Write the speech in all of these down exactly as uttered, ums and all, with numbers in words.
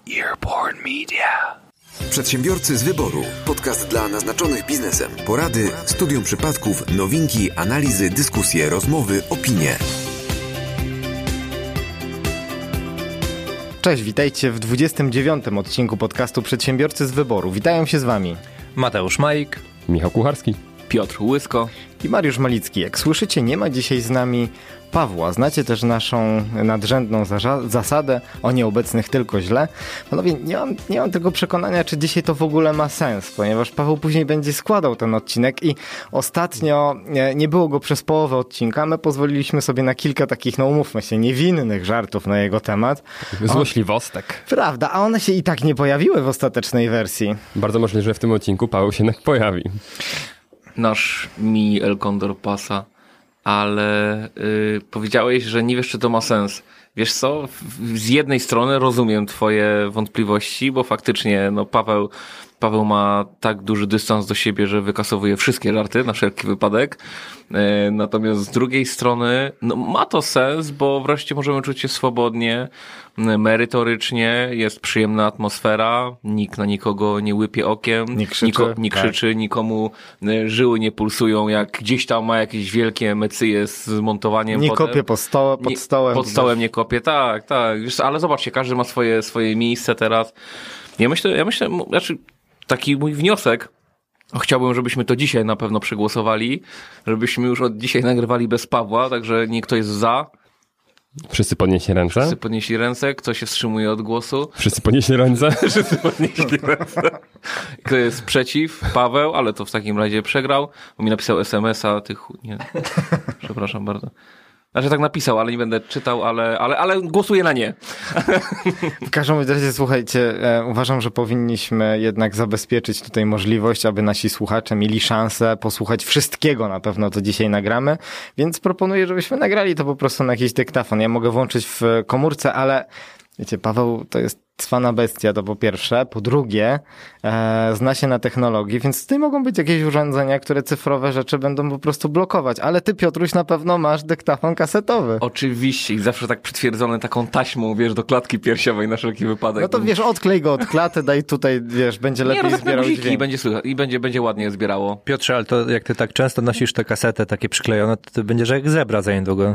Earborn Media. Przedsiębiorcy z wyboru. Podcast dla naznaczonych biznesem. Porady, studium przypadków, nowinki, analizy, dyskusje, rozmowy, opinie. Cześć, witajcie w dwudziestym dziewiątym odcinku podcastu Przedsiębiorcy z wyboru. Witają się z wami Mateusz Majk, Michał Kucharski, Piotr Łysko i Mariusz Malicki. Jak słyszycie, nie ma dzisiaj z nami Pawła. Znacie też naszą nadrzędną zasadę o nieobecnych tylko źle. Panowie, nie mam, nie mam tego przekonania, czy dzisiaj to w ogóle ma sens, ponieważ Paweł później będzie składał ten odcinek i ostatnio nie, nie było go przez połowę odcinka. My pozwoliliśmy sobie na kilka takich, no umówmy się, niewinnych żartów na jego temat. Złośliwostek. Prawda, a one się i tak nie pojawiły w ostatecznej wersji. Bardzo możliwe, że w tym odcinku Paweł się jednak pojawi. Nasz mini El Condor pasa, ale yy, powiedziałeś, że nie wiesz, czy to ma sens. Wiesz co, z jednej strony rozumiem twoje wątpliwości, bo faktycznie no Paweł, Paweł ma tak duży dystans do siebie, że wykasowuje wszystkie żarty na wszelki wypadek. Yy, natomiast z drugiej strony no ma to sens, bo wreszcie możemy czuć się swobodnie, merytorycznie, jest przyjemna atmosfera, nikt na nikogo nie łypie okiem, nie krzyczy, niko, nie tak. krzyczy nikomu żyły nie pulsują, jak gdzieś tam ma jakieś wielkie mecyje z montowaniem. Nie potem. kopie po stole, pod stołem. Nie, pod stołem nie kopie, tak, tak. Wiesz, ale zobaczcie, każdy ma swoje, swoje miejsce teraz. Ja myślę, ja myślę, znaczy taki mój wniosek, chciałbym, żebyśmy to dzisiaj na pewno przegłosowali, żebyśmy już od dzisiaj nagrywali bez Pawła, także nie kto jest za. Wszyscy podnieśli ręce? Wszyscy podnieśli ręce, kto się wstrzymuje od głosu. Wszyscy podnieśli ręce? Wszyscy podnieśli ręce. Kto jest przeciw? Paweł, ale to w takim razie przegrał, bo mi napisał es em es a, tych... Nie, przepraszam bardzo. Znaczy tak napisał, ale nie będę czytał, ale, ale, ale głosuję na nie. W każdym razie, słuchajcie, e, uważam, że powinniśmy jednak zabezpieczyć tutaj możliwość, aby nasi słuchacze mieli szansę posłuchać wszystkiego na pewno, co dzisiaj nagramy, więc proponuję, żebyśmy nagrali to po prostu na jakiś dyktafon. Ja mogę włączyć w komórce, ale wiecie, Paweł to jest cwana bestia, to po pierwsze. Po drugie, e, zna się na technologii, więc tutaj mogą być jakieś urządzenia, które cyfrowe rzeczy będą po prostu blokować. Ale ty, Piotruś, na pewno masz dyktafon kasetowy. Oczywiście i zawsze tak przytwierdzony taką taśmą, wiesz, do klatki piersiowej na wszelki wypadek. No to wiesz, odklej go od klaty, daj tutaj, wiesz, będzie lepiej Nie, no, zbierał guziki dźwięk. i będzie słychać, i będzie, będzie ładnie zbierało. Piotrze, ale to jak ty tak często nosisz tę kasetę takie przyklejone, to ty będziesz jak zebra za niedługo.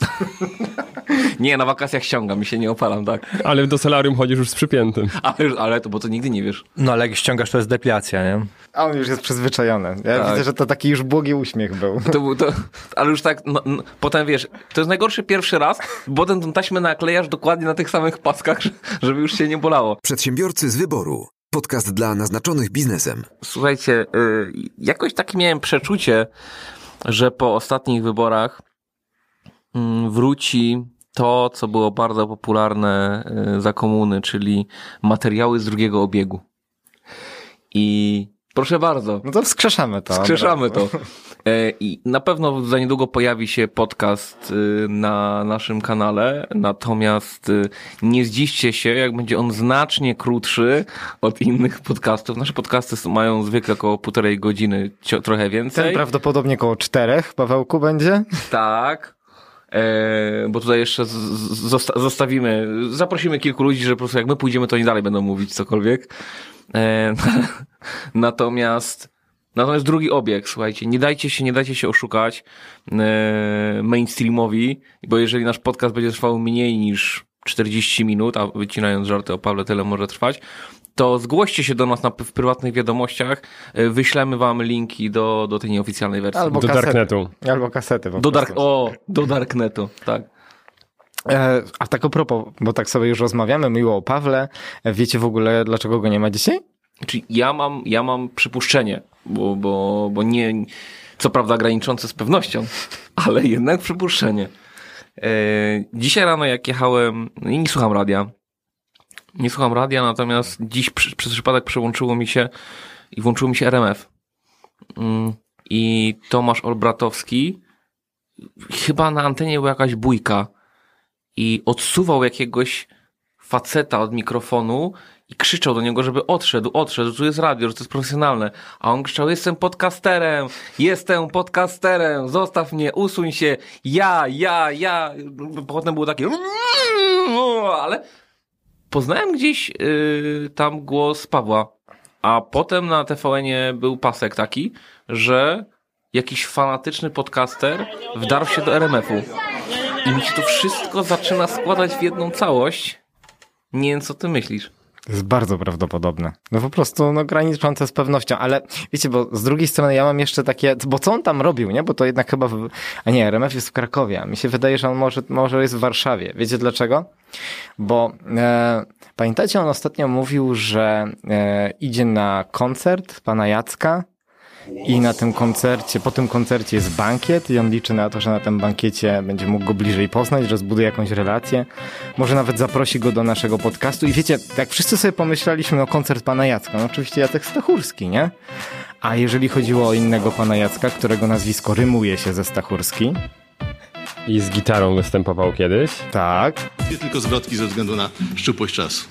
Nie, na wakacjach ściągam i się nie opalam, tak. Ale do solarium chodzisz już z przypiętym. Ale, ale to, bo to nigdy nie wiesz. No ale jak ściągasz, to jest depilacja, nie? A on już jest przyzwyczajony. Ja Tak. widzę, że to taki już błogi uśmiech był. To był to, ale już tak, no, no, potem wiesz, to jest najgorszy pierwszy raz, bo potem tą taśmę naklejasz dokładnie na tych samych paskach, żeby już się nie bolało. Przedsiębiorcy z wyboru. Podcast dla naznaczonych biznesem. Słuchajcie, y, jakoś takie miałem przeczucie, że po ostatnich wyborach y, wróci to, co było bardzo popularne y, za komuny, czyli materiały z drugiego obiegu. I proszę bardzo. No to wskrzeszamy to. Wskrzeszamy to. I na pewno za niedługo pojawi się podcast na naszym kanale, natomiast nie zdziwcie się, jak będzie on znacznie krótszy od innych podcastów. Nasze podcasty mają zwykle około półtorej godziny, trochę więcej. Ten prawdopodobnie koło czterech, Pawełku, będzie? Tak. E, bo tutaj jeszcze z, zosta- zostawimy, zaprosimy kilku ludzi, że po prostu jak my pójdziemy, to oni dalej będą mówić cokolwiek. E, natomiast natomiast drugi obieg, słuchajcie, nie dajcie się, nie dajcie się oszukać e, mainstreamowi, bo jeżeli nasz podcast będzie trwał mniej niż czterdzieści minut, a wycinając żarty o Pawle tyle może trwać, to zgłoście się do nas na, w prywatnych wiadomościach, wyślemy wam linki do, do tej nieoficjalnej wersji. Albo do kasety. Darknetu. Albo kasety po do prostu. dark, O, do Darknetu, tak. E, a tak a propos, bo tak sobie już rozmawiamy, miło o Pawle. Wiecie w ogóle, dlaczego go nie ma dzisiaj? Czyli ja mam, ja mam przypuszczenie, bo, bo, bo nie, co prawda graniczące z pewnością, ale jednak przypuszczenie. E, dzisiaj rano jak jechałem, i nie słucham radia, nie słucham radia, natomiast dziś przy, przez przypadek przełączyło mi się i włączyło mi się er em ef. Mm, I Tomasz Olbratowski, chyba na antenie była jakaś bójka i odsuwał jakiegoś faceta od mikrofonu i krzyczał do niego, żeby odszedł, odszedł, że tu jest radio, że to jest profesjonalne. A on krzyczał, jestem podcasterem, jestem podcasterem, zostaw mnie, usuń się, ja, ja, ja. Potem było takie, ale poznałem gdzieś yy, tam głos Pawła, a potem na T V N-ie był pasek taki, że jakiś fanatyczny podcaster wdarł się do R M F-u. I mi się to wszystko zaczyna składać w jedną całość. Nie wiem, co ty myślisz. To jest bardzo prawdopodobne. No po prostu no, graniczące z pewnością, ale wiecie, bo z drugiej strony ja mam jeszcze takie, bo co on tam robił, nie? Bo to jednak chyba, w... a nie, R M F jest w Krakowie, a mi się wydaje, że on może, może jest w Warszawie. Wiecie dlaczego? Bo e, pamiętacie, on ostatnio mówił, że e, idzie na koncert pana Jacka i na tym koncercie, po tym koncercie jest bankiet i on liczy na to, że na tym bankiecie będzie mógł go bliżej poznać, że zbuduje jakąś relację. Może nawet zaprosi go do naszego podcastu. I wiecie, jak wszyscy sobie pomyśleliśmy o koncert pana Jacka, no oczywiście Jacek Stachurski, nie? A jeżeli chodziło o innego pana Jacka, którego nazwisko rymuje się ze Stachurski. I z gitarą występował kiedyś. Tak. Nie tylko zwrotki ze względu na szczupłość czasu.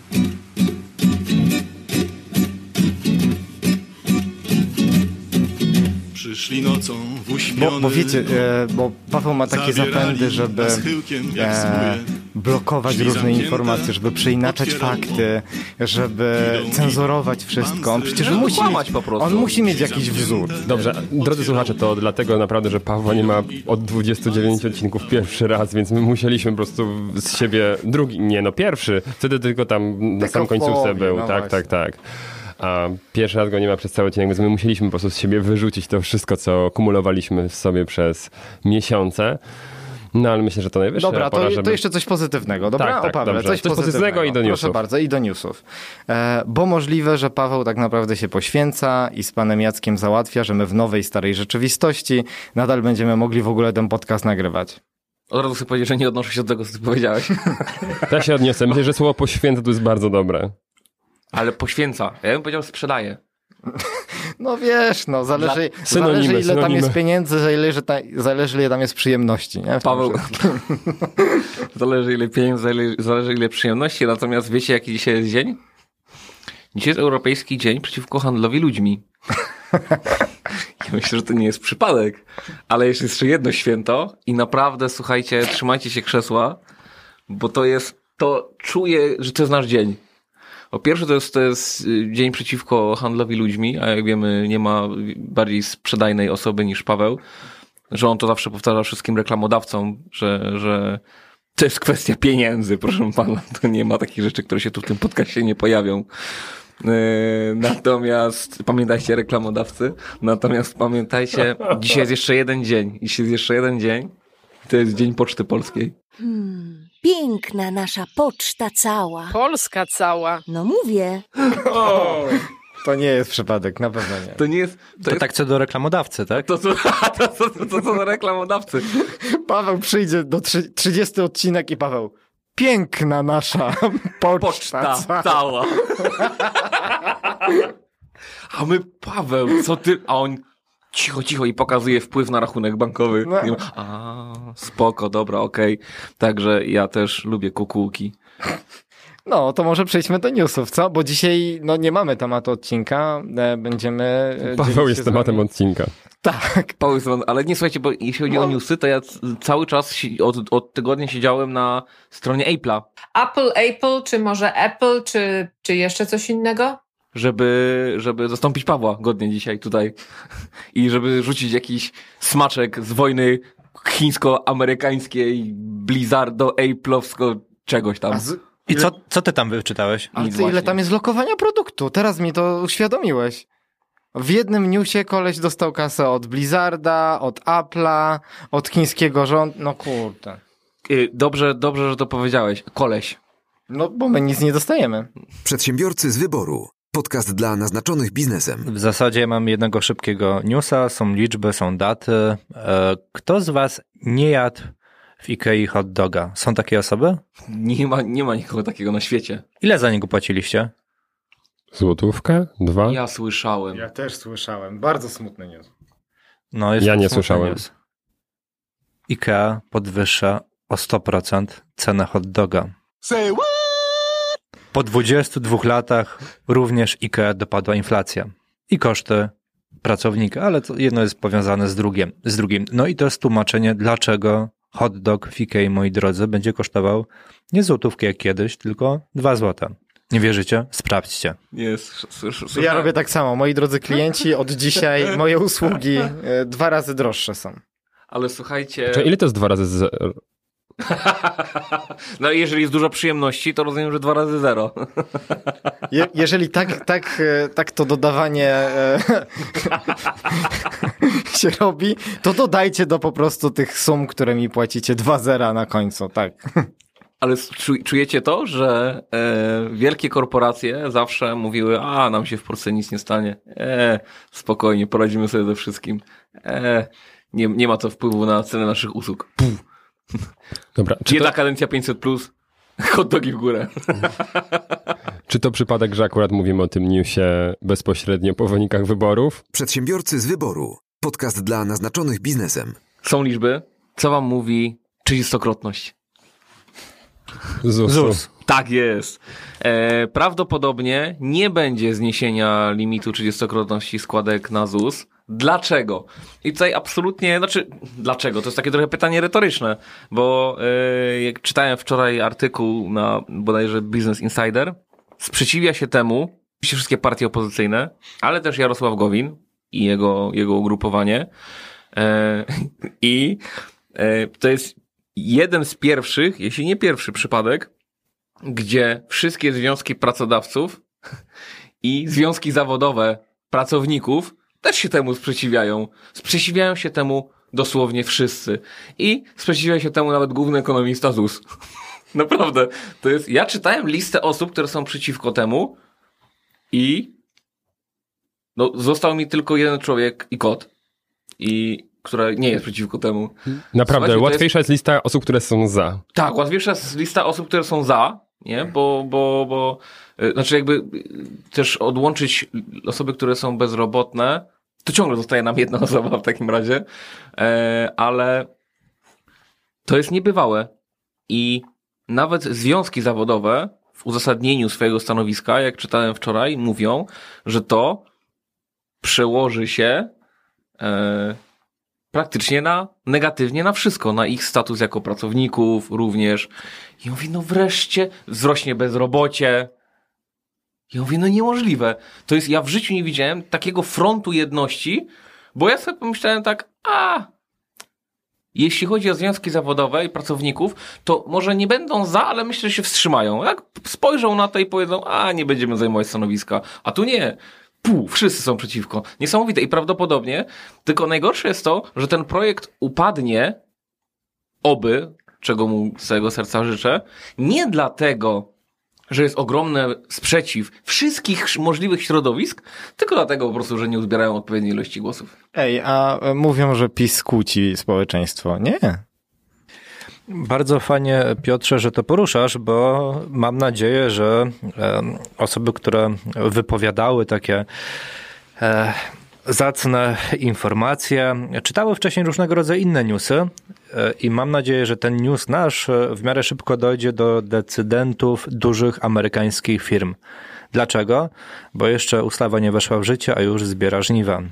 Przyszli nocą w uśpiony Bo, bo wiecie, e, bo Paweł ma takie zapędy, żeby e, blokować różne informacje, żeby przeinaczać fakty, żeby cenzurować wszystko. On przecież musi kłamać mieć, po prostu. on musi mieć jakiś wzór. Dobrze, drodzy słuchacze, to dlatego naprawdę, że Pawła nie ma od dwudziestu dziewięciu odcinków pierwszy raz, więc my musieliśmy po prostu z siebie drugi, nie no pierwszy, wtedy tylko tam na Tylko sam w końcówce połowie, był, no tak, właśnie. tak, tak. A pierwszy raz go nie ma przez cały odcinek, więc my musieliśmy po prostu z siebie wyrzucić to wszystko, co kumulowaliśmy w sobie przez miesiące. No ale myślę, że to najwyższa Dobra, pora, to, żeby... to jeszcze coś pozytywnego, dobra? Tak, tak, o Pawle, dobrze. coś, Coś pozytywnego. pozytywnego i do newsów. Proszę bardzo, i do newsów. E, bo możliwe, że Paweł tak naprawdę się poświęca i z panem Jackiem załatwia, że my w nowej, starej rzeczywistości nadal będziemy mogli w ogóle ten podcast nagrywać. Od razu sobie powiedzieć, że nie odnoszę się do tego, co ty powiedziałeś. To ja się odniosę. Myślę, że słowo poświęca tu jest bardzo dobre. Ale poświęca. Ja bym powiedział sprzedaje. No wiesz, no zależy, Dla- synonimy, zależy ile tam synonimy. jest pieniędzy, zależy, ta, zależy ile tam jest przyjemności. Nie? W tym Paweł, wszystkim. zależy ile pieniędzy, zale- zależy ile przyjemności, natomiast wiecie jaki dzisiaj jest dzień? Dzisiaj jest Europejski Dzień przeciwko handlowi ludźmi. Ja myślę, że to nie jest przypadek, ale jest jeszcze jedno święto i naprawdę, słuchajcie, trzymajcie się krzesła, bo to jest, to czuję, że to jest nasz dzień. Po pierwsze to jest, to jest dzień przeciwko handlowi ludźmi, a jak wiemy nie ma bardziej sprzedajnej osoby niż Paweł, że on to zawsze powtarza wszystkim reklamodawcom, że, że to jest kwestia pieniędzy, proszę pana, to nie ma takich rzeczy, które się tu w tym podcastie nie pojawią. Yy, natomiast pamiętajcie reklamodawcy, natomiast pamiętajcie, dzisiaj jest jeszcze jeden dzień, dzisiaj jest jeszcze jeden dzień, to jest Dzień Poczty Polskiej. Hmm, piękna nasza poczta cała. Polska cała. No mówię. To nie jest przypadek, na pewno nie. To nie jest... To, To jest, tak co do reklamodawcy, tak? to, to, to, to, to, to są reklamodawcy. Paweł przyjdzie do trzydziesty odcinek i Paweł, piękna nasza poczta, Poczta cała. cała. A my, Paweł, co ty... A on cicho, cicho i pokazuje wpływ na rachunek bankowy. No. I on, a, spoko, dobra, okej. Także ja też lubię kukułki. No, to może przejdźmy do newsów, co? Bo dzisiaj no, nie mamy tematu odcinka, e, będziemy... e, Paweł dzielić jest się z tematem wami. odcinka. Tak. Paweł, ale nie słuchajcie, bo jeśli chodzi o newsy, to ja c- cały czas si- od, od tygodnia siedziałem na stronie Apple'a, Apple, Apple, czy może Apple, czy, czy jeszcze coś innego? żeby, żeby zastąpić Pawła godnie dzisiaj tutaj i żeby rzucić jakiś smaczek z wojny chińsko-amerykańskiej, blizzardo, Apple'owsko, czegoś tam. A z, I co, co ty tam wyczytałeś? a Nic ty, ile właśnie. tam jest lokowania produktu? Teraz mi to uświadomiłeś. W jednym newsie koleś dostał kasę od Blizzarda, od Apple'a, od chińskiego rządu. No kurde. Y, Dobrze, dobrze, że to powiedziałeś. Koleś. No bo my nic nie dostajemy. Przedsiębiorcy z wyboru. Podcast dla naznaczonych biznesem. W zasadzie mam jednego szybkiego newsa, są liczby, są daty. E, Kto z was nie jadł w Ikei hot doga? Są takie osoby? Nie ma, nie ma nikogo takiego na świecie. Ile za niego płaciliście? Złotówka? Dwa? Ja słyszałem. Ja też słyszałem. Bardzo smutny news. No, jest Ja to nie smutny słyszałem. news. Ikea podwyższa o sto procent cenę hot doga. Po dwudziestu dwóch latach również Ikea dopadła inflacja i koszty pracownika, ale to jedno jest powiązane z drugim, z drugim. No i to jest tłumaczenie, dlaczego hot dog w Ikei, moi drodzy, będzie kosztował nie złotówki jak kiedyś, tylko dwa złote. Nie wierzycie? Sprawdźcie. Jest. Ja robię tak samo. Moi drodzy klienci, od dzisiaj moje usługi e, dwa razy droższe są. Ale słuchajcie... Czy ile to jest dwa razy zero? No jeżeli jest dużo przyjemności, to rozumiem, że dwa razy zero. Je, jeżeli tak, tak, tak to dodawanie e, się robi, to dodajcie do po prostu tych sum, które mi płacicie, dwa zera na końcu, tak. Ale czujecie to, że e, wielkie korporacje zawsze mówiły, a nam się w Polsce nic nie stanie, e, spokojnie, poradzimy sobie ze wszystkim, e, nie, nie ma to wpływu na cenę naszych usług. Puf. Dobra, czy Jedna to, kadencja pięćset plus, hot dogi w górę. czy to przypadek, że akurat mówimy o tym newsie bezpośrednio po wynikach wyborów? Przedsiębiorcy z wyboru. Podcast dla naznaczonych biznesem. Są liczby. Co wam mówi trzydziestokrotność? zusu. ZUS. Tak jest. E, prawdopodobnie nie będzie zniesienia limitu trzydziestokrotności składek na ZUS. Dlaczego? I tutaj absolutnie, znaczy, dlaczego? To jest takie trochę pytanie retoryczne, bo e, jak czytałem wczoraj artykuł na bodajże Business Insider, sprzeciwia się temu wszystkie partie opozycyjne, ale też Jarosław Gowin i jego, jego ugrupowanie. E, I e, to jest jeden z pierwszych, jeśli nie pierwszy przypadek, gdzie wszystkie związki pracodawców i związki zawodowe pracowników też się temu sprzeciwiają. Sprzeciwiają się temu dosłownie wszyscy. I sprzeciwia się temu nawet główny ekonomista ZUS. Naprawdę. To jest, ja czytałem listę osób, które są przeciwko temu i no, został mi tylko jeden człowiek i kot. I która nie jest przeciwko temu. Naprawdę, Słuchajcie, łatwiejsza jest... jest lista osób, które są za. Tak, łatwiejsza jest lista osób, które są za, nie? Bo, bo, bo, yy, znaczy jakby yy, też odłączyć osoby, które są bezrobotne, to ciągle zostaje nam jedna osoba w takim razie, yy, ale to jest niebywałe i nawet związki zawodowe w uzasadnieniu swojego stanowiska, jak czytałem wczoraj, mówią, że to przełoży się yy, praktycznie na, negatywnie na wszystko, na ich status jako pracowników również. I mówi, no wreszcie wzrośnie bezrobocie. I mówi, no niemożliwe. To jest, ja w życiu nie widziałem takiego frontu jedności, bo ja sobie pomyślałem tak, a jeśli chodzi o związki zawodowe i pracowników, to może nie będą za, ale myślę, że się wstrzymają. Jak spojrzą na to i powiedzą, a nie będziemy zajmować stanowiska. A tu nie. Pół, wszyscy są przeciwko. Niesamowite i prawdopodobnie, tylko najgorsze jest to, że ten projekt upadnie, oby, czego mu z całego serca życzę, nie dlatego, że jest ogromny sprzeciw wszystkich możliwych środowisk, tylko dlatego po prostu, że nie uzbierają odpowiedniej ilości głosów. Ej, a mówią, że PiS kłóci społeczeństwo. Nie. Bardzo fajnie, Piotrze, że to poruszasz, bo mam nadzieję, że osoby, które wypowiadały takie e, zacne informacje, czytały wcześniej różnego rodzaju inne newsy e, i mam nadzieję, że ten news nasz w miarę szybko dojdzie do decydentów dużych amerykańskich firm. Dlaczego? Bo jeszcze ustawa nie weszła w życie, a już zbiera żniwa.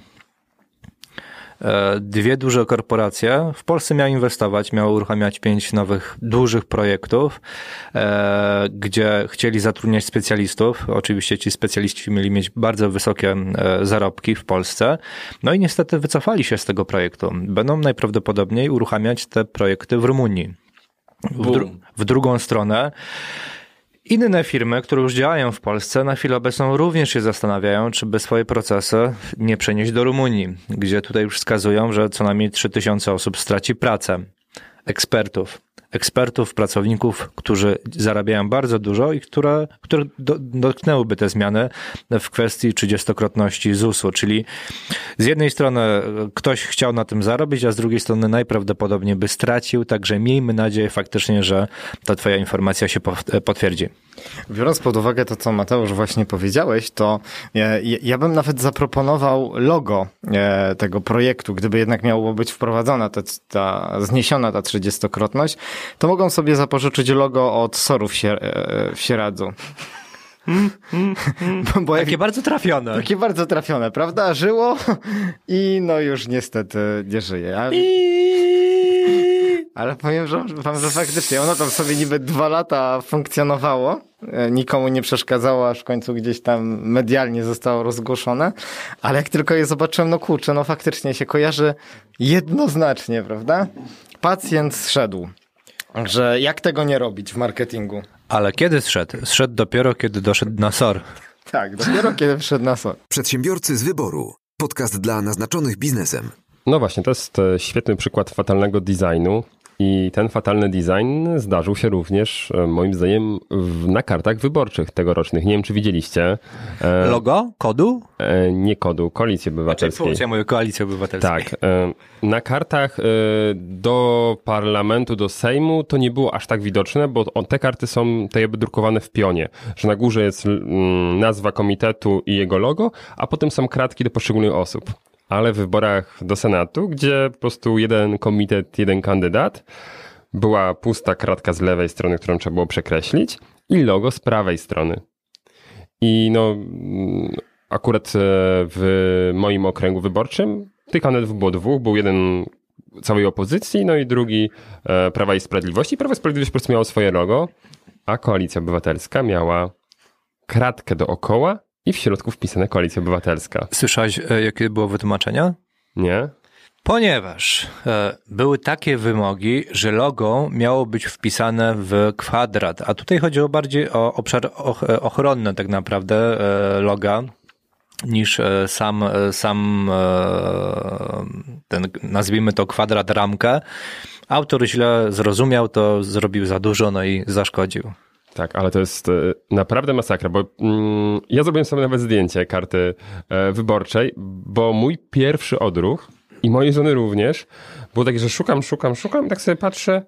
Dwie duże korporacje w Polsce miały inwestować, miały uruchamiać pięć nowych, dużych projektów, e, gdzie chcieli zatrudniać specjalistów. Oczywiście ci specjaliści mieli mieć bardzo wysokie e, zarobki w Polsce. No i niestety wycofali się z tego projektu. Będą najprawdopodobniej uruchamiać te projekty w Rumunii. W, dru- w drugą stronę inne firmy, które już działają w Polsce, na chwilę obecną również się zastanawiają, czy by swoje procesy nie przenieść do Rumunii, gdzie tutaj już wskazują, że co najmniej trzy tysiące osób straci pracę. Ekspertów. Ekspertów, pracowników, którzy zarabiają bardzo dużo i które, które do, dotknęłyby te zmiany w kwestii trzydziestokrotności zusu, czyli z jednej strony ktoś chciał na tym zarobić, a z drugiej strony najprawdopodobniej by stracił, także miejmy nadzieję faktycznie, że ta twoja informacja się potwierdzi. Biorąc pod uwagę to, co Mateusz właśnie powiedziałeś, to ja, ja bym nawet zaproponował logo e, tego projektu, gdyby jednak miało być wprowadzona ta, ta zniesiona ta trzydziestokrotność, to mogą sobie zapożyczyć logo od Sorów się, e, w Sieradzu. Mm, mm, mm. Bo jak, takie bardzo trafione. Takie bardzo trafione, prawda? Żyło i no już niestety nie żyje. A, Ale powiem że, wam, że faktycznie ono tam sobie niby dwa lata funkcjonowało, nikomu nie przeszkadzało, aż w końcu gdzieś tam medialnie zostało rozgłoszone, ale jak tylko je zobaczyłem, no kurczę, no faktycznie się kojarzy jednoznacznie, prawda? Pacjent zszedł. Że jak tego nie robić w marketingu? Ale kiedy zszedł? Zszedł dopiero, kiedy doszedł na S O R. Tak, dopiero kiedy wszedł na S O R. Przedsiębiorcy z wyboru. Podcast dla naznaczonych biznesem. No właśnie, to jest świetny przykład fatalnego designu i ten fatalny design zdarzył się również, moim zdaniem, w, na kartach wyborczych tegorocznych. Nie wiem, czy widzieliście. E, Logo? Kodu? E, nie kodu, Koalicji Obywatelskiej. Ja mówię Koalicji Obywatelskiej. Tak. E, na kartach e, do parlamentu, do Sejmu to nie było aż tak widoczne, bo on, te karty są te jakby drukowane w pionie, że na górze jest mm, nazwa komitetu i jego logo, a potem są kratki do poszczególnych osób. Ale w wyborach do Senatu, gdzie po prostu jeden komitet, jeden kandydat, była pusta kratka z lewej strony, którą trzeba było przekreślić i logo z prawej strony. I no akurat w moim okręgu wyborczym tych kandydatów było dwóch, był jeden całej opozycji, no i drugi Prawa i Sprawiedliwości. Prawo i Sprawiedliwość po prostu miało swoje logo, a Koalicja Obywatelska miała kratkę dookoła i w środku wpisane Koalicja Obywatelska. Słyszałeś, jakie było wytłumaczenie? Nie? Ponieważ e, były takie wymogi, że logo miało być wpisane w kwadrat, a tutaj chodziło bardziej o obszar och, ochronny tak naprawdę e, loga, niż e, sam, e, sam e, ten, nazwijmy to kwadrat, ramkę. Autor źle zrozumiał, to zrobił za dużo, no i zaszkodził. Tak, ale to jest e, naprawdę masakra, bo mm, ja zrobiłem sobie nawet zdjęcie karty e, wyborczej, bo mój pierwszy odruch i mojej żony również było takie, że szukam, szukam, szukam i tak sobie patrzę,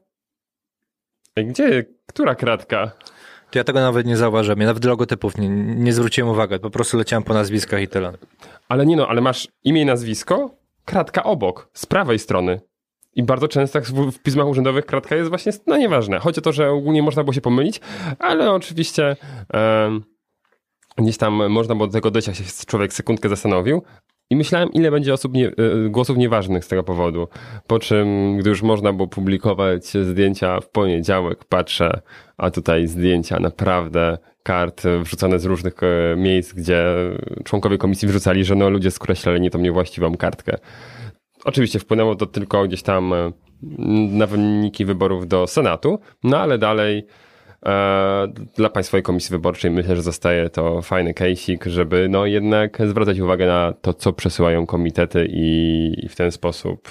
ej, gdzie, która kratka? To ja tego nawet nie zauważyłem, ja nawet logotypów nie, nie zwróciłem uwagi, po prostu leciałem po nazwiskach i tyle. Ale nie no, ale masz imię i nazwisko, kratka obok, z prawej strony. I bardzo często w pismach urzędowych kratka jest właśnie, no nieważne. Chodzi o to, że ogólnie można było się pomylić, ale oczywiście e, gdzieś tam można było do tego dojść, jak się człowiek sekundkę zastanowił. I myślałem, ile będzie osób nie, głosów nieważnych z tego powodu. Po czym, gdy już można było publikować zdjęcia w poniedziałek, patrzę, a tutaj zdjęcia naprawdę kart wrzucane z różnych miejsc, gdzie członkowie komisji wrzucali, że no ludzie skreślali nie tą niewłaściwą kartkę. Oczywiście wpłynęło to tylko gdzieś tam na wyniki wyborów do Senatu, no ale dalej e, dla Państwowej Komisji Wyborczej myślę, że zostaje to fajny case'ik, żeby no jednak zwracać uwagę na to, co przesyłają komitety i, i w ten sposób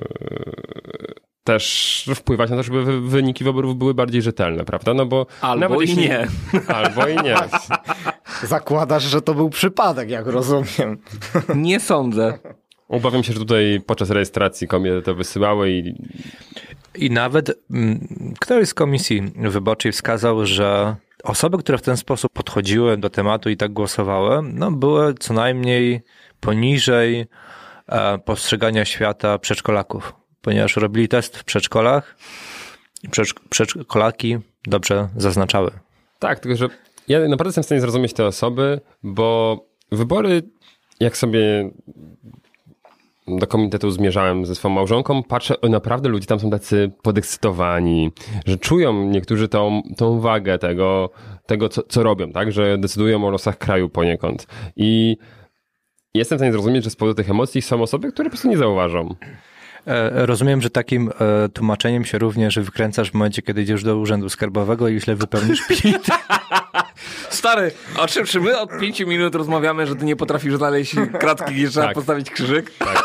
e, też wpływać na to, żeby wyniki wyborów były bardziej rzetelne, prawda? No bo albo nawet i jeśli... nie. Albo i nie. Zakładasz, że to był przypadek, jak rozumiem. Nie sądzę. Obawiam się, że tutaj podczas rejestracji komitety to wysyłały i... I nawet m, któryś z komisji wyborczej wskazał, że osoby, które w ten sposób podchodziły do tematu i tak głosowały, no były co najmniej poniżej e, postrzegania świata przedszkolaków, ponieważ robili test w przedszkolach i przedszk- przedszkolaki dobrze zaznaczały. Tak, tylko że ja naprawdę jestem w stanie zrozumieć te osoby, bo wybory, jak sobie do komitetu zmierzałem ze swoją małżonką, patrzę, o, naprawdę ludzie tam są tacy podekscytowani, że czują niektórzy tą, tą wagę tego, tego co, co robią, tak, że decydują o losach kraju poniekąd. I jestem w stanie zrozumieć, że z powodu tych emocji są osoby, które po prostu nie zauważą. Rozumiem, że takim e, tłumaczeniem się również wykręcasz w momencie, kiedy idziesz do urzędu skarbowego i źle wypełnisz P I T. Stary, o czym czy my od pięciu minut rozmawiamy, że ty nie potrafisz znaleźć kratki, gdzie trzeba tak. postawić krzyżyk? Tak.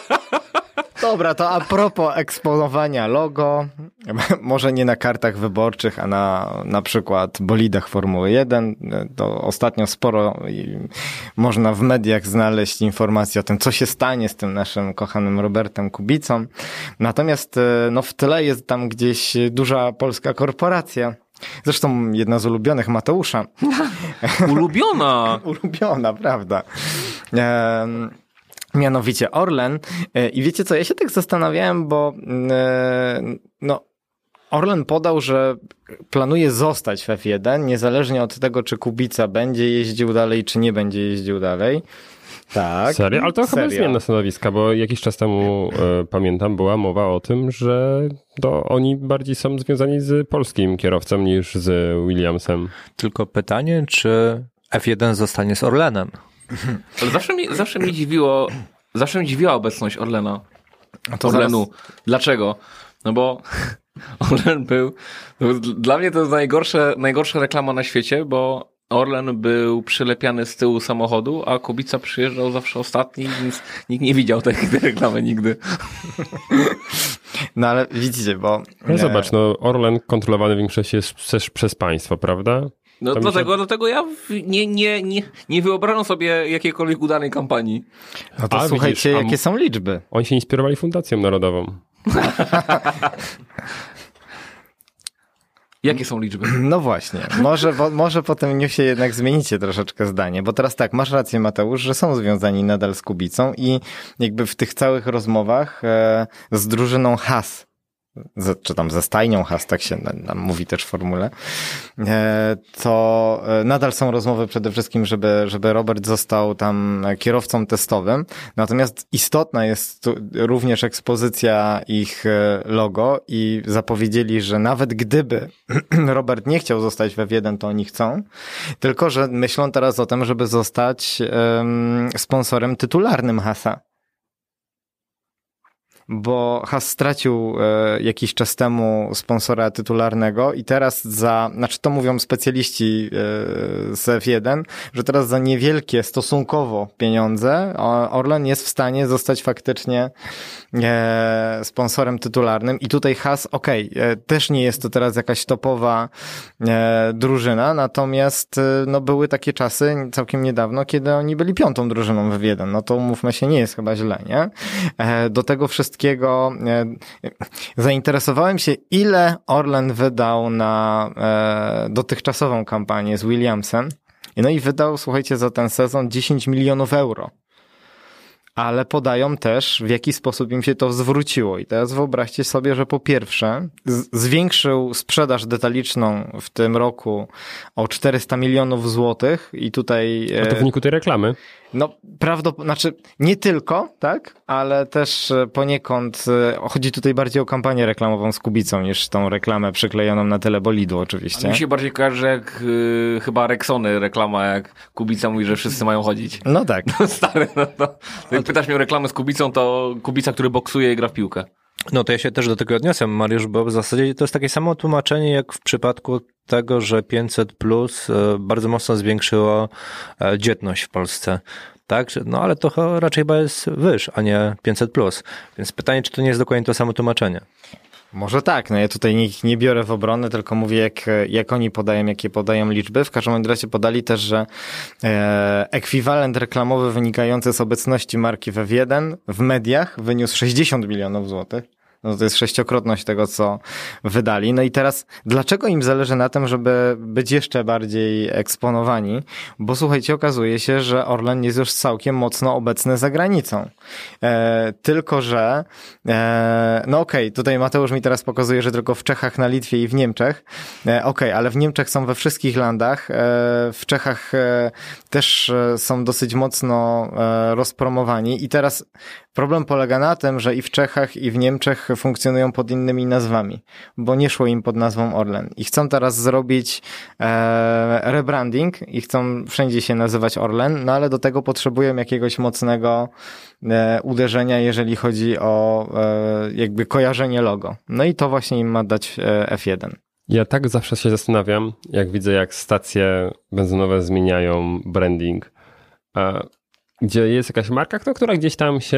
Dobra, to a propos eksponowania logo, może nie na kartach wyborczych, a na na przykład bolidach Formuły jeden, to ostatnio sporo można w mediach znaleźć informacje o tym, co się stanie z tym naszym kochanym Robertem Kubicą. Natomiast no, w tle jest tam gdzieś duża polska korporacja, zresztą jedna z ulubionych Mateusza. Ulubiona! Ulubiona, prawda. Ehm, Mianowicie Orlen. I wiecie co, ja się tak zastanawiałem, bo no Orlen podał, że planuje zostać w F jeden, niezależnie od tego, czy Kubica będzie jeździł dalej, czy nie będzie jeździł dalej. Tak. Serio? Ale to chyba Serio. jest zmiana stanowiska, bo jakiś czas temu, e, pamiętam, była mowa o tym, że to oni bardziej są związani z polskim kierowcą niż z Williamsem. Tylko pytanie, czy F jeden zostanie z Orlenem? Ale zawsze mnie, zawsze mnie dziwiło, zawsze mnie dziwiła obecność Orlena. To Orlenu. zaraz... Dlaczego? No bo Orlen był, no dla mnie to jest najgorsze, najgorsza reklama na świecie, bo Orlen był przylepiany z tyłu samochodu, a Kubica przyjeżdżał zawsze ostatni, więc nikt nie widział tej, tej reklamy nigdy. No ale widzicie, bo... No zobacz, no Orlen kontrolowany w większości jest też przez państwo, prawda? No Tam dlatego, się... dlatego ja nie, nie, nie, nie wyobrażam sobie jakiejkolwiek udanej kampanii. No to A, słuchajcie, widzisz, a... jakie są liczby. Oni się inspirowali Fundacją Narodową. Jakie są liczby? No właśnie, może, bo, może po tym newsie jednak zmienicie troszeczkę zdanie, bo teraz tak, masz rację Mateusz, że są związani nadal z Kubicą i jakby w tych całych rozmowach e, z drużyną Haas, z, czy tam ze stajnią Haas, tak się nam mówi też w formule, e, to e, nadal są rozmowy przede wszystkim, żeby, żeby Robert został tam kierowcą testowym, natomiast istotna jest tu również ekspozycja ich e, logo i zapowiedzieli, że nawet gdyby Robert nie chciał zostać w F jeden, to oni chcą, tylko że myślą teraz o tym, żeby zostać um, sponsorem tytularnym Haasa. Bo Haas stracił e, jakiś czas temu sponsora tytularnego i teraz za, znaczy to mówią specjaliści e, z F jeden, że teraz za niewielkie stosunkowo pieniądze Orlen jest w stanie zostać faktycznie e, sponsorem tytularnym i tutaj Haas, okej, okay, też nie jest to teraz jakaś topowa e, drużyna, natomiast e, no były takie czasy całkiem niedawno, kiedy oni byli piątą drużyną w F jeden, no to umówmy się, nie jest chyba źle, nie? E, do tego wszystkiego Wszystkiego. Zainteresowałem się, ile Orlen wydał na e, dotychczasową kampanię z Williamsem. No i wydał, słuchajcie, za ten sezon dziesięć milionów euro. Ale podają też, w jaki sposób im się to zwróciło. I teraz wyobraźcie sobie, że po pierwsze z- zwiększył sprzedaż detaliczną w tym roku o czterysta milionów złotych i tutaj... A to w wyniku tej reklamy? No, prawdopodobnie, znaczy nie tylko, tak, ale też poniekąd chodzi tutaj bardziej o kampanię reklamową z Kubicą niż tą reklamę przyklejoną na tyle bolidu oczywiście. A mi się bardziej kojarzy jak y, chyba Rexony reklama, jak Kubica mówi, że wszyscy mają chodzić. No tak. No stary, no to jak pytasz mnie o reklamę z Kubicą, to Kubica, który boksuje i gra w piłkę. No to ja się też do tego odniosę, Mariusz, bo w zasadzie to jest takie samo tłumaczenie jak w przypadku tego, że pięćset plus bardzo mocno zwiększyło dzietność w Polsce. Tak? No ale to raczej chyba jest wyż, a nie pięćset plus. Więc pytanie, czy to nie jest dokładnie to samo tłumaczenie? Może tak, no ja tutaj ich nie biorę w obronę, tylko mówię jak, jak oni podają, jakie podają liczby. W każdym razie podali też, że e, ekwiwalent reklamowy wynikający z obecności marki w F jeden w mediach wyniósł sześćdziesiąt milionów złotych. No to jest sześciokrotność tego, co wydali. No i teraz, dlaczego im zależy na tym, żeby być jeszcze bardziej eksponowani? Bo słuchajcie, okazuje się, że Orlen jest już całkiem mocno obecny za granicą. E, tylko, że e, no okej, okay, tutaj Mateusz mi teraz pokazuje, że tylko w Czechach, na Litwie i w Niemczech. E, okej, okay, ale w Niemczech są we wszystkich landach. E, w Czechach e, też są dosyć mocno e, rozpromowani i teraz problem polega na tym, że i w Czechach, i w Niemczech funkcjonują pod innymi nazwami, bo nie szło im pod nazwą Orlen. I chcą teraz zrobić e, rebranding i chcą wszędzie się nazywać Orlen, no ale do tego potrzebują jakiegoś mocnego e, uderzenia, jeżeli chodzi o e, jakby kojarzenie logo. No i to właśnie im ma dać e, F jeden. Ja tak zawsze się zastanawiam, jak widzę, jak stacje benzynowe zmieniają branding. A gdzie jest jakaś marka, która gdzieś tam się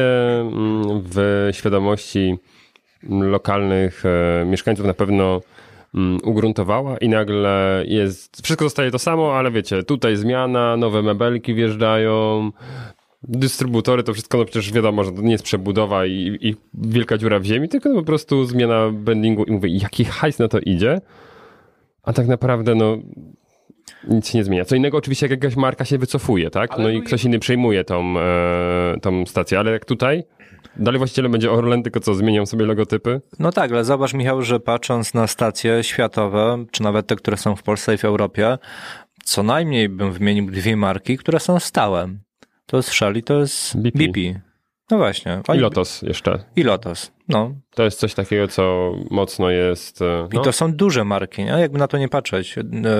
w świadomości lokalnych mieszkańców na pewno ugruntowała i nagle jest, wszystko zostaje to samo, ale wiecie, tutaj zmiana, nowe mebelki wjeżdżają, dystrybutory, to wszystko, no przecież wiadomo, że to nie jest przebudowa i, i wielka dziura w ziemi, tylko po prostu zmiana brandingu i mówię, jaki hajs na to idzie, a tak naprawdę no nic się nie zmienia. Co innego oczywiście, jak jakaś marka się wycofuje, tak? Ale No i ktoś inny przejmuje tą, e, tą stację, ale jak tutaj... Dalej właściciele będzie Orlen, tylko co, zmienią sobie logotypy? No tak, ale zobacz, Michał, że patrząc na stacje światowe, czy nawet te, które są w Polsce i w Europie, co najmniej bym wymienił dwie marki, które są stałe. To jest Shell i to jest B P. B P. No właśnie. I Lotos jeszcze. I Lotos, no. To jest coś takiego, co mocno jest... No. I to są duże marki, nie? Jakby na to nie patrzeć.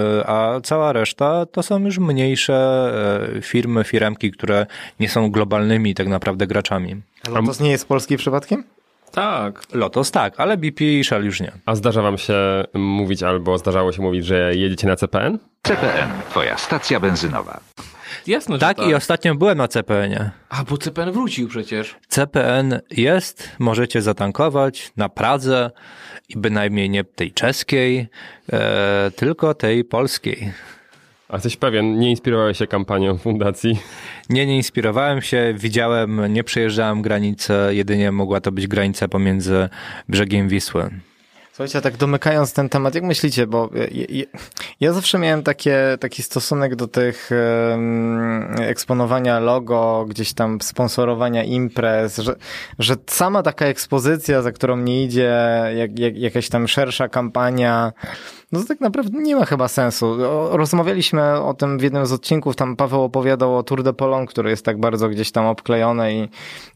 A cała reszta to są już mniejsze firmy, firemki, które nie są globalnymi tak naprawdę graczami. A Lotos nie jest polski przypadkiem? Tak. Lotos tak, ale B P i Shell już nie. A zdarza wam się mówić, albo zdarzało się mówić, że jedziecie na C P N? C P N, twoja stacja benzynowa. Jasne, że Tak, tak. i ostatnio byłem na C P N-ie. A, bo C P N wrócił przecież. C P N jest, możecie zatankować na Pradze i bynajmniej nie tej czeskiej, e, tylko tej polskiej. A jesteś pewien, nie inspirowałeś się kampanią fundacji? Nie, nie inspirowałem się, widziałem, nie przejeżdżałem granicy, jedynie mogła to być granica pomiędzy brzegiem Wisły. Słuchajcie, tak domykając ten temat, jak myślicie, bo ja, ja, ja zawsze miałem takie, taki stosunek do tych um, eksponowania logo, gdzieś tam sponsorowania imprez, że, że sama taka ekspozycja, za którą nie idzie jak, jak, jakaś tam szersza kampania, no to tak naprawdę nie ma chyba sensu. Rozmawialiśmy o tym w jednym z odcinków, tam Paweł opowiadał o Tour de Pologne, który jest tak bardzo gdzieś tam obklejony i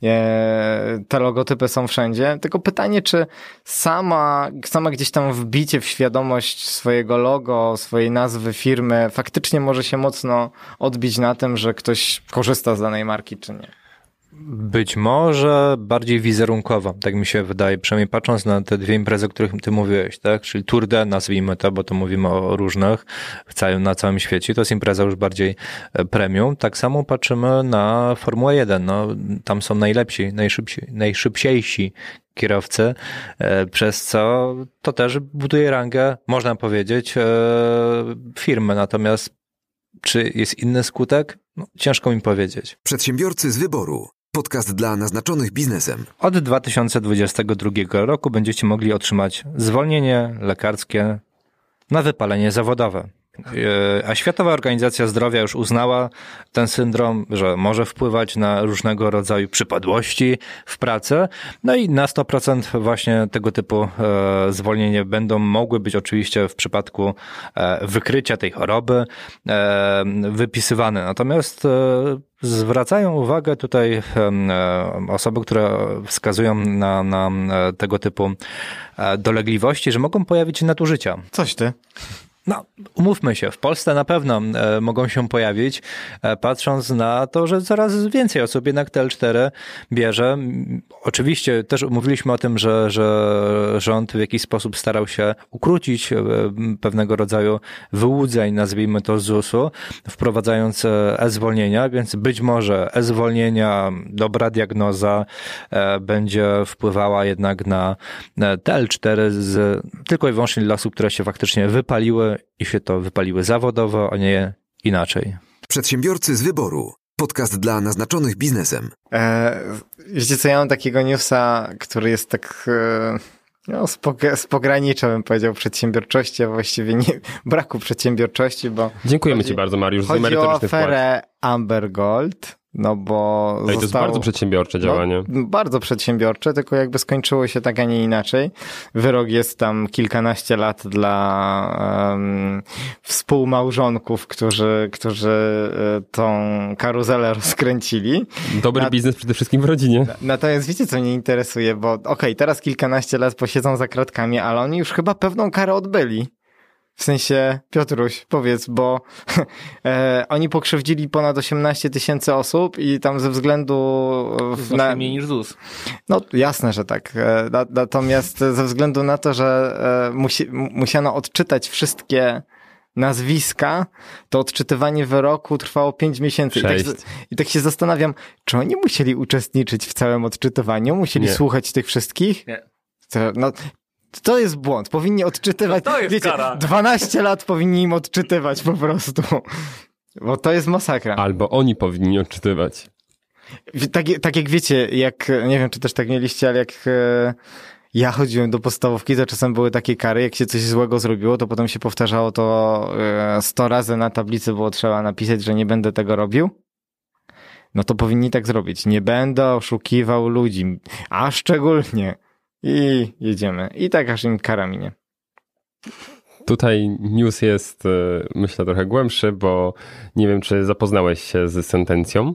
e, te logotypy są wszędzie. Tylko pytanie, czy sama, sama gdzieś tam wbicie w świadomość swojego logo, swojej nazwy firmy faktycznie może się mocno odbić na tym, że ktoś korzysta z danej marki, czy nie? Być może bardziej wizerunkowo, tak mi się wydaje, przynajmniej patrząc na te dwie imprezy, o których ty mówiłeś, tak? Czyli Tour de, nazwijmy to, bo to mówimy o różnych w całym, na całym świecie, to jest impreza już bardziej premium. Tak samo patrzymy na Formułę jeden, no tam są najlepsi, najszybsi, najszybciejsi kierowcy, przez co to też buduje rangę, można powiedzieć, firmy. Natomiast czy jest inny skutek? No, ciężko mi powiedzieć. Przedsiębiorcy z wyboru. Podcast dla naznaczonych biznesem. Od dwa tysiące dwudziestego drugiego roku będziecie mogli otrzymać zwolnienie lekarskie na wypalenie zawodowe. A Światowa Organizacja Zdrowia już uznała ten syndrom, że może wpływać na różnego rodzaju przypadłości w pracy. No i na sto procent właśnie tego typu zwolnienie będą mogły być oczywiście w przypadku wykrycia tej choroby wypisywane. Natomiast zwracają uwagę tutaj osoby, które wskazują na, na tego typu dolegliwości, że mogą pojawić się nadużycia. Coś ty. No, umówmy się, w Polsce na pewno e, mogą się pojawić, e, patrząc na to, że coraz więcej osób jednak T L cztery bierze. Oczywiście też mówiliśmy o tym, że, że rząd w jakiś sposób starał się ukrócić e, pewnego rodzaju wyłudzeń, nazwijmy to z zusu, wprowadzając e-zwolnienia, więc być może e-zwolnienia, dobra diagnoza e, będzie wpływała jednak na T L cztery z, tylko i wyłącznie dla osób, które się faktycznie wypaliły i się to wypaliły zawodowo, a nie inaczej. Przedsiębiorcy z wyboru. Podcast dla naznaczonych biznesem. E, wiecie co, ja mam takiego newsa, który jest tak e, no, z, pog- z pogranicza, bym powiedział, przedsiębiorczości, a właściwie nie, braku przedsiębiorczości, bo... Dziękujemy chodzi, ci bardzo, Mariusz, za chodzi o merytoryczny aferę wkład. Amber Gold. No bo No i to jest zostało, bardzo przedsiębiorcze działanie. No, bardzo przedsiębiorcze, tylko jakby skończyło się tak, a nie inaczej. Wyrok jest tam kilkanaście lat dla um, współmałżonków, którzy, którzy tą karuzelę rozkręcili. Dobry Na, biznes przede wszystkim w rodzinie. Natomiast wiecie, co mnie interesuje, bo okej, okay, teraz kilkanaście lat posiedzą za kratkami, ale oni już chyba pewną karę odbyli. W sensie, Piotruś, powiedz, bo e, oni pokrzywdzili ponad osiemnaście tysięcy osób i tam ze względu... W na, mniej niż Z U S. No jasne, że tak. E, na, natomiast ze względu na to, że e, musi, musiano odczytać wszystkie nazwiska, to odczytywanie wyroku trwało pięć miesięcy. I tak, I tak się zastanawiam, czy oni musieli uczestniczyć w całym odczytywaniu? Musieli Nie. słuchać tych wszystkich? Nie. To, no... To jest błąd. Powinni odczytywać. To jest wiecie, kara. dwanaście lat powinni im odczytywać po prostu. Bo to jest masakra. Albo oni powinni odczytywać. Tak, tak jak wiecie, jak, nie wiem, czy też tak mieliście, ale jak, ja chodziłem do podstawówki, to czasem były takie kary, jak się coś złego zrobiło, to potem się powtarzało to sto razy na tablicy, było trzeba napisać, że nie będę tego robił. No to powinni tak zrobić. Nie będę oszukiwał ludzi, a szczególnie. I jedziemy. I tak aż im kara minie. Tutaj news jest, myślę, trochę głębszy, bo nie wiem, czy zapoznałeś się z sentencją.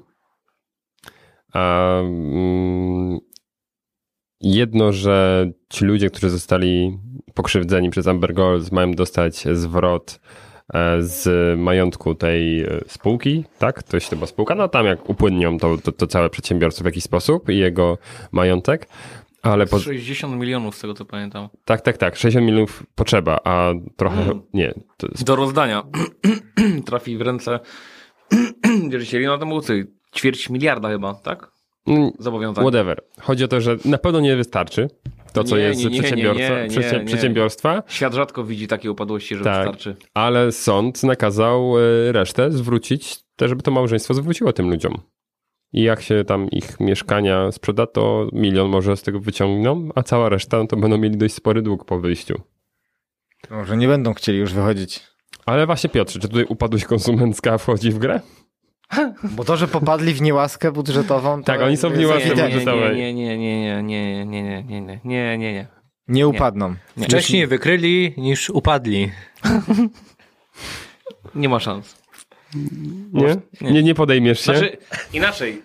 Um, jedno, że ci ludzie, którzy zostali pokrzywdzeni przez Amber Gold, mają dostać zwrot z majątku tej spółki, tak? To jest chyba spółka, no tam jak upłynnią to, to, to całe przedsiębiorstwo w jakiś sposób i jego majątek. Ale po... sześćdziesiąt milionów z tego co pamiętam. Tak, tak, tak. sześćdziesiąt milionów potrzeba, a trochę mm. nie. To jest... Do rozdania trafi w ręce wierzycieli, no to był ćwierć miliarda chyba, tak? Zobowiązanie. Whatever. Chodzi o to, że na pewno nie wystarczy to, co nie, jest nie, nie, przedsiębiorstwa, nie, nie, przedsię... nie. przedsiębiorstwa. Świat rzadko widzi takie upadłości, że tak, wystarczy. Ale sąd nakazał resztę zwrócić, też żeby to małżeństwo zwróciło tym ludziom. I jak się tam ich mieszkania sprzeda, to milion może z tego wyciągną, a cała reszta no to będą mieli dość spory dług po wyjściu. Może nie będą chcieli już wychodzić. Ale właśnie Piotrze, czy tutaj upadłość konsumencka wchodzi w grę? Bo to, że popadli w niełaskę budżetową... To tak, oni są w niełasce budżetowej. Nie, nie, nie, nie, nie, nie, nie, nie, nie, nie, nie, nie. Nie upadną. Nie. Wcześniej wykryli niż upadli. Nie ma szans. Nie? Nie, nie, nie podejmiesz się? Znaczy, inaczej.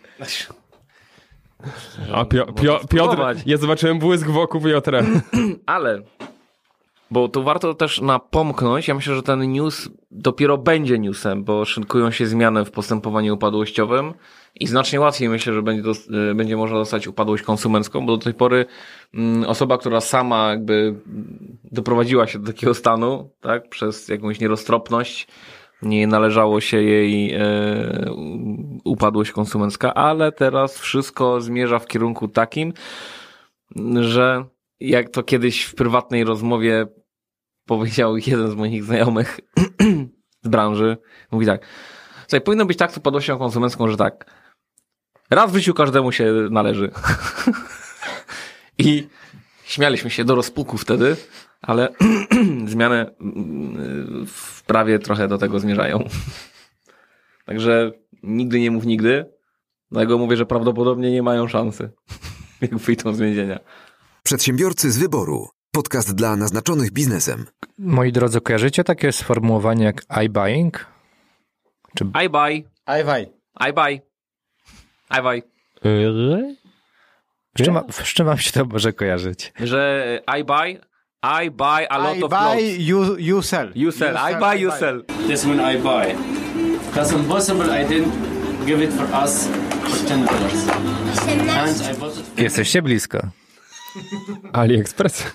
A Pio, Pio, Piotr, ja zobaczyłem błysk wokół Piotra. Ale, bo tu warto też napomknąć, ja myślę, że ten news dopiero będzie newsem, bo szykują się zmiany w postępowaniu upadłościowym i znacznie łatwiej myślę, że będzie, dos- będzie można dostać upadłość konsumencką, bo do tej pory mm, osoba, która sama jakby doprowadziła się do takiego stanu, tak, przez jakąś nieroztropność, nie należało się jej e, upadłość konsumencka, ale teraz wszystko zmierza w kierunku takim, że jak to kiedyś w prywatnej rozmowie powiedział jeden z moich znajomych z branży, mówi tak, słuchaj, powinno być tak z upadłością konsumencką, że tak, raz w życiu każdemu się należy. I śmialiśmy się do rozpuku wtedy, ale zmiany w prawie trochę do tego zmierzają. Także nigdy nie mów nigdy, dlatego mówię, że prawdopodobnie nie mają szansy, jak wyjdą z więzienia. Przedsiębiorcy z wyboru. Podcast dla naznaczonych biznesem. Moi drodzy, kojarzycie takie sformułowanie jak iBuying? Czy... I buy. I buy. I buy. I buy. Z czym, z czym mam się to może kojarzyć? Że I buy, I buy a lot I of buy, clothes. you, you sell. You sell. You I sell, buy, I you buy. sell. That's when I buy. That's impossible. I didn't give it for us for ten dollars. And I bought it for... Jesteście blisko. AliExpress.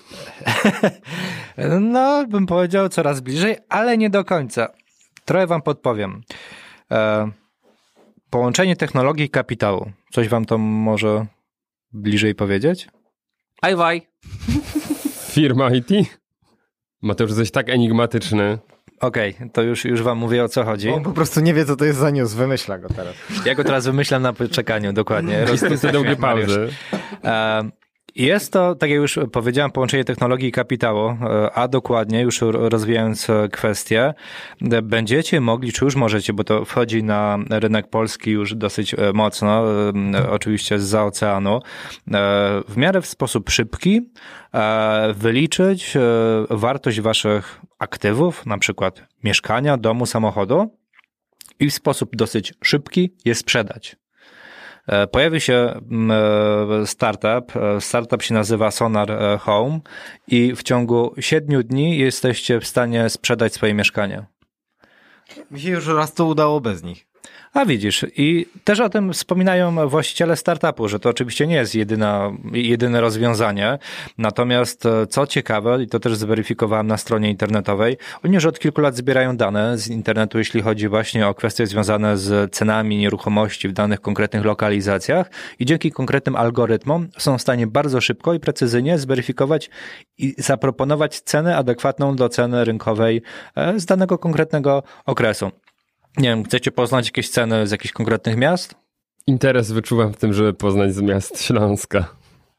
No, bym powiedział coraz bliżej, ale nie do końca. Trochę wam podpowiem. E, połączenie technologii i kapitału. Coś wam to może bliżej powiedzieć? I buy. Firma I T? Mateusz, jesteś tak enigmatyczny. Okej, okay, to już, już wam mówię, o co chodzi. On po prostu nie wie, co to jest za news. Wymyśla go teraz. Ja go teraz wymyślam na czekaniu, dokładnie. Rozpisy długie pauzy. E, Jest to, tak jak już powiedziałem, połączenie technologii i kapitału, a dokładnie, już rozwijając kwestię, będziecie mogli, czy już możecie, bo to wchodzi na rynek polski już dosyć mocno, oczywiście zza oceanu, w miarę w sposób szybki wyliczyć wartość waszych aktywów, na przykład mieszkania, domu, samochodu i w sposób dosyć szybki je sprzedać. Pojawi się startup, startup się nazywa Sonar Home i w ciągu siedmiu dni jesteście w stanie sprzedać swoje mieszkanie. Mi się już raz to udało bez nich. A widzisz, i też o tym wspominają właściciele startupu, że to oczywiście nie jest jedyna, jedyne rozwiązanie. Natomiast co ciekawe, i to też zweryfikowałem na stronie internetowej, oni już od kilku lat zbierają dane z internetu, jeśli chodzi właśnie o kwestie związane z cenami nieruchomości w danych konkretnych lokalizacjach i dzięki konkretnym algorytmom są w stanie bardzo szybko i precyzyjnie zweryfikować i zaproponować cenę adekwatną do ceny rynkowej z danego konkretnego okresu. Nie wiem, chcecie poznać jakieś ceny z jakichś konkretnych miast? Interes wyczuwam w tym, żeby poznać z miast Śląska.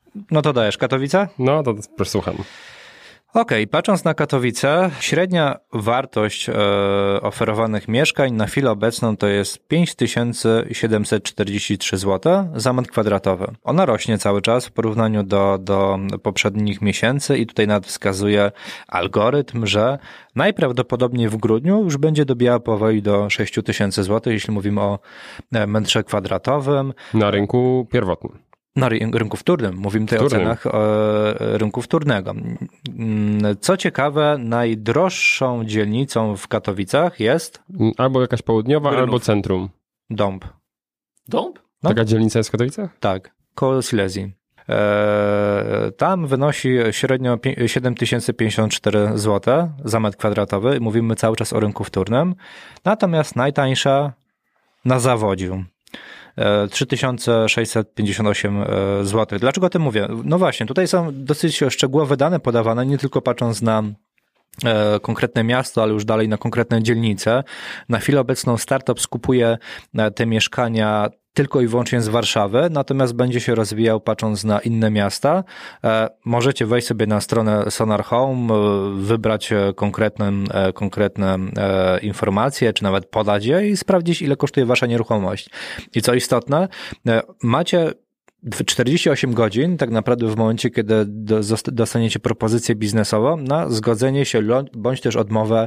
No to dajesz Katowice? No to proszę, słucham. Okej, okay, patrząc na Katowice, średnia wartość e, oferowanych mieszkań na chwilę obecną to jest pięć tysięcy siedemset czterdzieści trzy złote za metr kwadratowy. Ona rośnie cały czas w porównaniu do, do poprzednich miesięcy i tutaj nawet wskazuje algorytm, że najprawdopodobniej w grudniu już będzie dobijała powoli do sześć tysięcy złotych, jeśli mówimy o metrze kwadratowym. Na rynku pierwotnym. Na rynku wtórnym. Mówimy tutaj Wtórnym. o cenach e, rynku wtórnego. Co ciekawe, najdroższą dzielnicą w Katowicach jest... Albo jakaś południowa, Brynów. albo centrum. Dąb. Dąb? No. Taka dzielnica jest w Katowicach? Tak, koło Silesii. E, tam wynosi średnio siedem tysięcy pięćdziesiąt cztery złote za metr kwadratowy. Mówimy cały czas o rynku wtórnym. Natomiast najtańsza na Zawodziu. trzy tysiące sześćset pięćdziesiąt osiem złotych. Dlaczego o tym mówię? No właśnie, tutaj są dosyć szczegółowe dane podawane, nie tylko patrząc na konkretne miasto, ale już dalej na konkretne dzielnice. Na chwilę obecną startup skupuje te mieszkania tylko i wyłącznie z Warszawy, natomiast będzie się rozwijał patrząc na inne miasta. Możecie wejść sobie na stronę Sonar Home, wybrać konkretne, konkretne informacje, czy nawet podać je i sprawdzić, ile kosztuje wasza nieruchomość. I co istotne, macie czterdzieści osiem godzin tak naprawdę w momencie, kiedy dostaniecie propozycję biznesową na zgodzenie się bądź też odmowę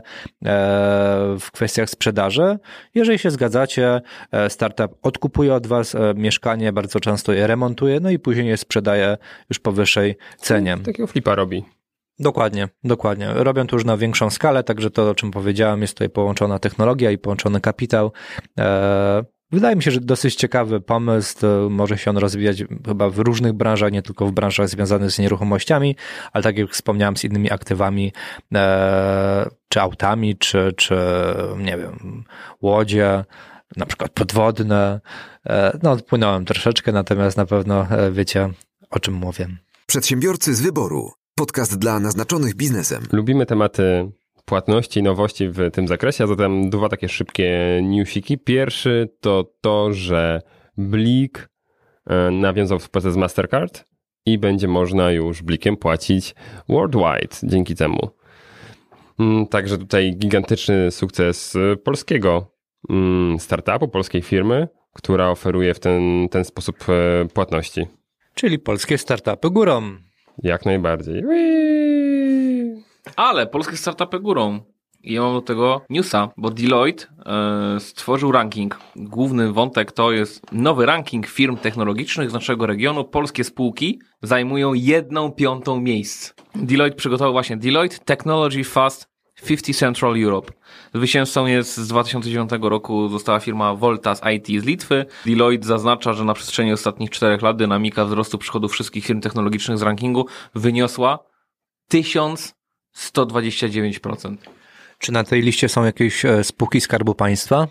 w kwestiach sprzedaży. Jeżeli się zgadzacie, startup odkupuje od was mieszkanie, bardzo często je remontuje, no i później je sprzedaje już po wyższej cenie. Takiego flipa robi. Dokładnie, dokładnie. Robią to już na większą skalę, także to, o czym powiedziałem, jest tutaj połączona technologia i połączony kapitał. Wydaje mi się, że dosyć ciekawy pomysł, może się on rozwijać chyba w różnych branżach, nie tylko w branżach związanych z nieruchomościami, ale tak jak wspomniałem, z innymi aktywami, e, czy autami, czy, czy nie wiem, łodzie, na przykład podwodne. E, no, odpłynąłem troszeczkę, natomiast na pewno wiecie, o czym mówię. Przedsiębiorcy z wyboru. Podcast dla naznaczonych biznesem. Lubimy tematy płatności i nowości w tym zakresie, a zatem dwa takie szybkie newsiki. Pierwszy to to, że Blik nawiązał współpracę z Mastercard i będzie można już Blikiem płacić worldwide dzięki temu. Także tutaj gigantyczny sukces polskiego startupu, polskiej firmy, która oferuje w ten, ten sposób płatności. Czyli polskie startupy górą. Jak najbardziej. Ale polskie startupy górą. I ja mam do tego newsa, bo Deloitte e, stworzył ranking. Główny wątek to jest nowy ranking firm technologicznych z naszego regionu. Polskie spółki zajmują jedną piątą miejsc. Deloitte przygotował właśnie Deloitte Technology Fast pięćdziesiąt Central Europe. Zwycięzcą jest z dwa tysiące dziewiątego roku została firma Voltas I T z Litwy. Deloitte zaznacza, że na przestrzeni ostatnich czterech lat dynamika wzrostu przychodów wszystkich firm technologicznych z rankingu wyniosła tysiąc sto dwadzieścia dziewięć procent. Czy na tej liście są jakieś spółki Skarbu Państwa?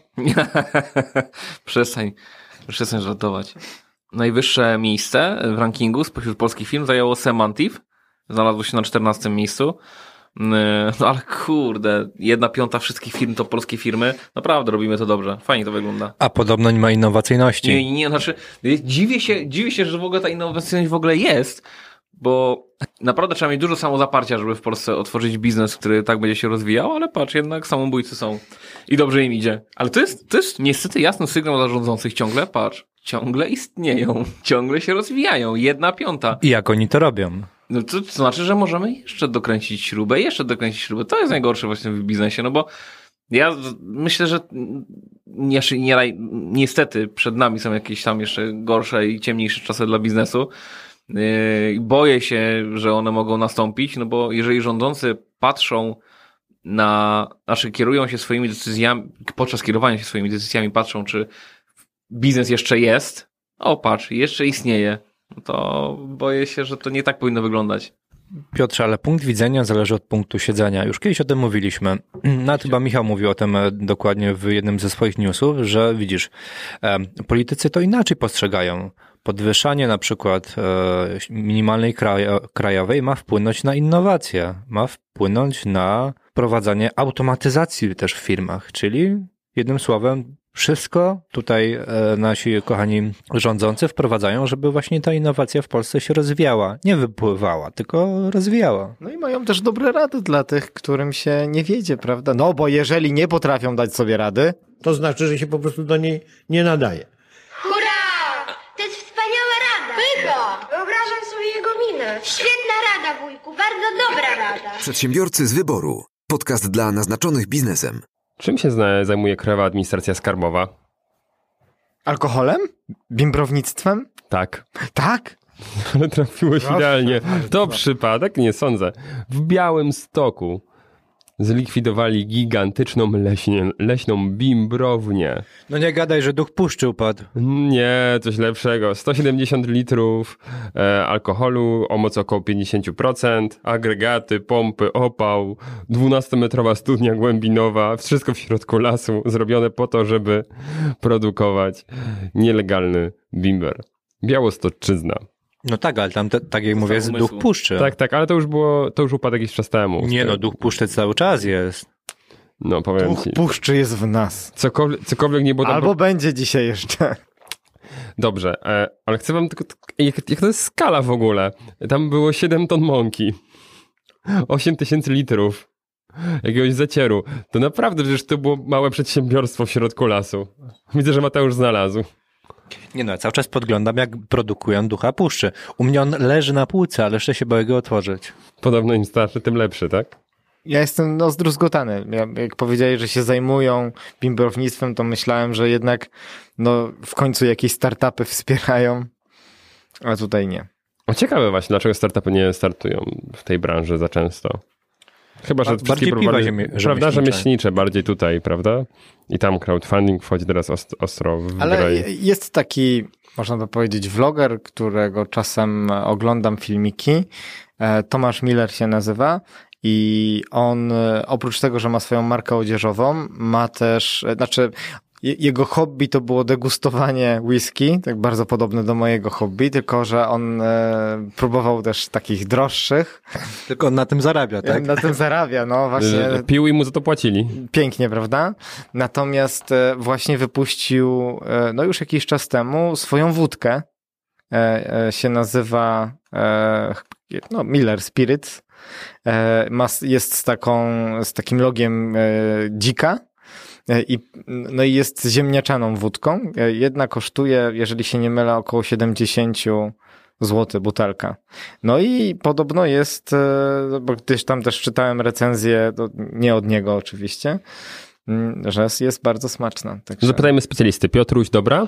Przestań, przestań żartować. Najwyższe miejsce w rankingu spośród polskich firm zajęło Semantiv. Znalazło się na czternastym miejscu. No ale kurde, jedna piąta wszystkich firm to polskie firmy. Naprawdę robimy to dobrze. Fajnie to wygląda. A podobno nie ma innowacyjności. Nie, nie, znaczy dziwię się, dziwię się, że w ogóle ta innowacyjność w ogóle jest, bo naprawdę trzeba mieć dużo samozaparcia, żeby w Polsce otworzyć biznes, który tak będzie się rozwijał, ale patrz, jednak samobójcy są i dobrze im idzie. Ale to jest, to jest niestety jasny sygnał dla rządzących ciągle, patrz, ciągle istnieją, ciągle się rozwijają, jedna piąta. I jak oni to robią? No to, to znaczy, że możemy jeszcze dokręcić śrubę, jeszcze dokręcić śrubę. To jest najgorsze właśnie w biznesie, no bo ja myślę, że nie, nie, niestety przed nami są jakieś tam jeszcze gorsze i ciemniejsze czasy dla biznesu. Yy, boję się, że one mogą nastąpić, no bo jeżeli rządzący patrzą na, znaczy kierują się swoimi decyzjami, podczas kierowania się swoimi decyzjami patrzą, czy biznes jeszcze jest, o patrz, jeszcze istnieje, no to boję się, że to nie tak powinno wyglądać. Piotrze, ale punkt widzenia zależy od punktu siedzenia. Już kiedyś o tym mówiliśmy. Nawet chyba Michał mówił o tym dokładnie w jednym ze swoich newsów, że widzisz, politycy to inaczej postrzegają. Podwyższanie na przykład minimalnej krajowej ma wpłynąć na innowacje, ma wpłynąć na wprowadzanie automatyzacji też w firmach, czyli jednym słowem Wszystko tutaj e, nasi kochani rządzący wprowadzają, żeby właśnie ta innowacja w Polsce się rozwijała. Nie wypływała, tylko rozwijała. No i mają też dobre rady dla tych, którym się nie wiedzie, prawda? No bo jeżeli nie potrafią dać sobie rady, to znaczy, że się po prostu do niej nie nadaje. Hurra! To jest wspaniała rada! Pycha! Wyobrażam sobie jego minę. Świetna rada, wujku, bardzo dobra rada. Przedsiębiorcy z wyboru. Podcast dla naznaczonych biznesem. Czym się zna, zajmuje Krajowa Administracja Skarbowa? Alkoholem? Bimbrownictwem? Tak. Tak? Ale trafiłeś Proszę, idealnie. bardzo To proszę. przypadek? Nie sądzę. W Białymstoku zlikwidowali gigantyczną leśnie, leśną bimbrownię. No nie gadaj, że duch puszczy upadł. Nie, coś lepszego. sto siedemdziesiąt litrów e, alkoholu o mocy około pięćdziesiąt procent, agregaty, pompy, opał, dwunastometrowa studnia głębinowa, wszystko w środku lasu, zrobione po to, żeby produkować nielegalny bimber. Białostoczyzna. No tak, ale tam, te, tak jak mówię, jest umysłu. duch puszczy. Tak, tak, ale to już było, to już upadł jakiś czas temu. Nie no, duch puszczy cały czas jest. No, powiem Duch ci. puszczy jest w nas. Cokolwiek, cokolwiek nie było tam... Albo będzie dzisiaj jeszcze. Dobrze, e, ale chcę wam tylko... Jak, jak to jest skala w ogóle? Tam było siedem ton mąki. osiem tysięcy litrów. Jakiegoś zacieru. To naprawdę przecież to było małe przedsiębiorstwo w środku lasu. Widzę, że Mateusz znalazł. Nie no, ja cały czas podglądam, jak produkują ducha puszczy. U mnie on leży na półce, ale jeszcze się boję go otworzyć. Podobno im starszy, tym lepszy, tak? Ja jestem no, zdruzgotany. Ja, jak powiedzieli, że się zajmują bimbrownictwem, to myślałem, że jednak no, w końcu jakieś startupy wspierają, a tutaj nie. O, ciekawe właśnie, dlaczego startupy nie startują w tej branży za często. Chyba, że Ba- wszystkie bardziej piwa próbowały- ziemie- prawda, rzemieślnicze. rzemieślnicze bardziej tutaj, prawda? I tam crowdfunding wchodzi teraz ost- ostro w Ale grę. jest taki, można by powiedzieć, vloger, którego czasem oglądam filmiki. E, Tomasz Miller się nazywa. I on e, oprócz tego, że ma swoją markę odzieżową, ma też, e, znaczy je- jego hobby to było degustowanie whisky, tak bardzo podobne do mojego hobby, tylko że on e, próbował też takich droższych. Tylko on na tym zarabia, tak? Na tym zarabia, no właśnie. E, Pił i mu za to płacili. Pięknie, prawda? Natomiast e, właśnie wypuścił, e, no już jakiś czas temu, swoją wódkę. E, e, się nazywa e, no, Miller Spirits. E, ma, jest z taką, z takim logiem e, dzika. E, I, no i jest ziemniaczaną wódką. E, jedna kosztuje, jeżeli się nie mylę, około siedemdziesiąt złotych butelka. No i podobno jest, e, bo gdzieś tam też czytałem recenzję, to nie od niego oczywiście, m, że jest bardzo smaczna. Także... Zapytajmy specjalisty. Piotruś, dobra?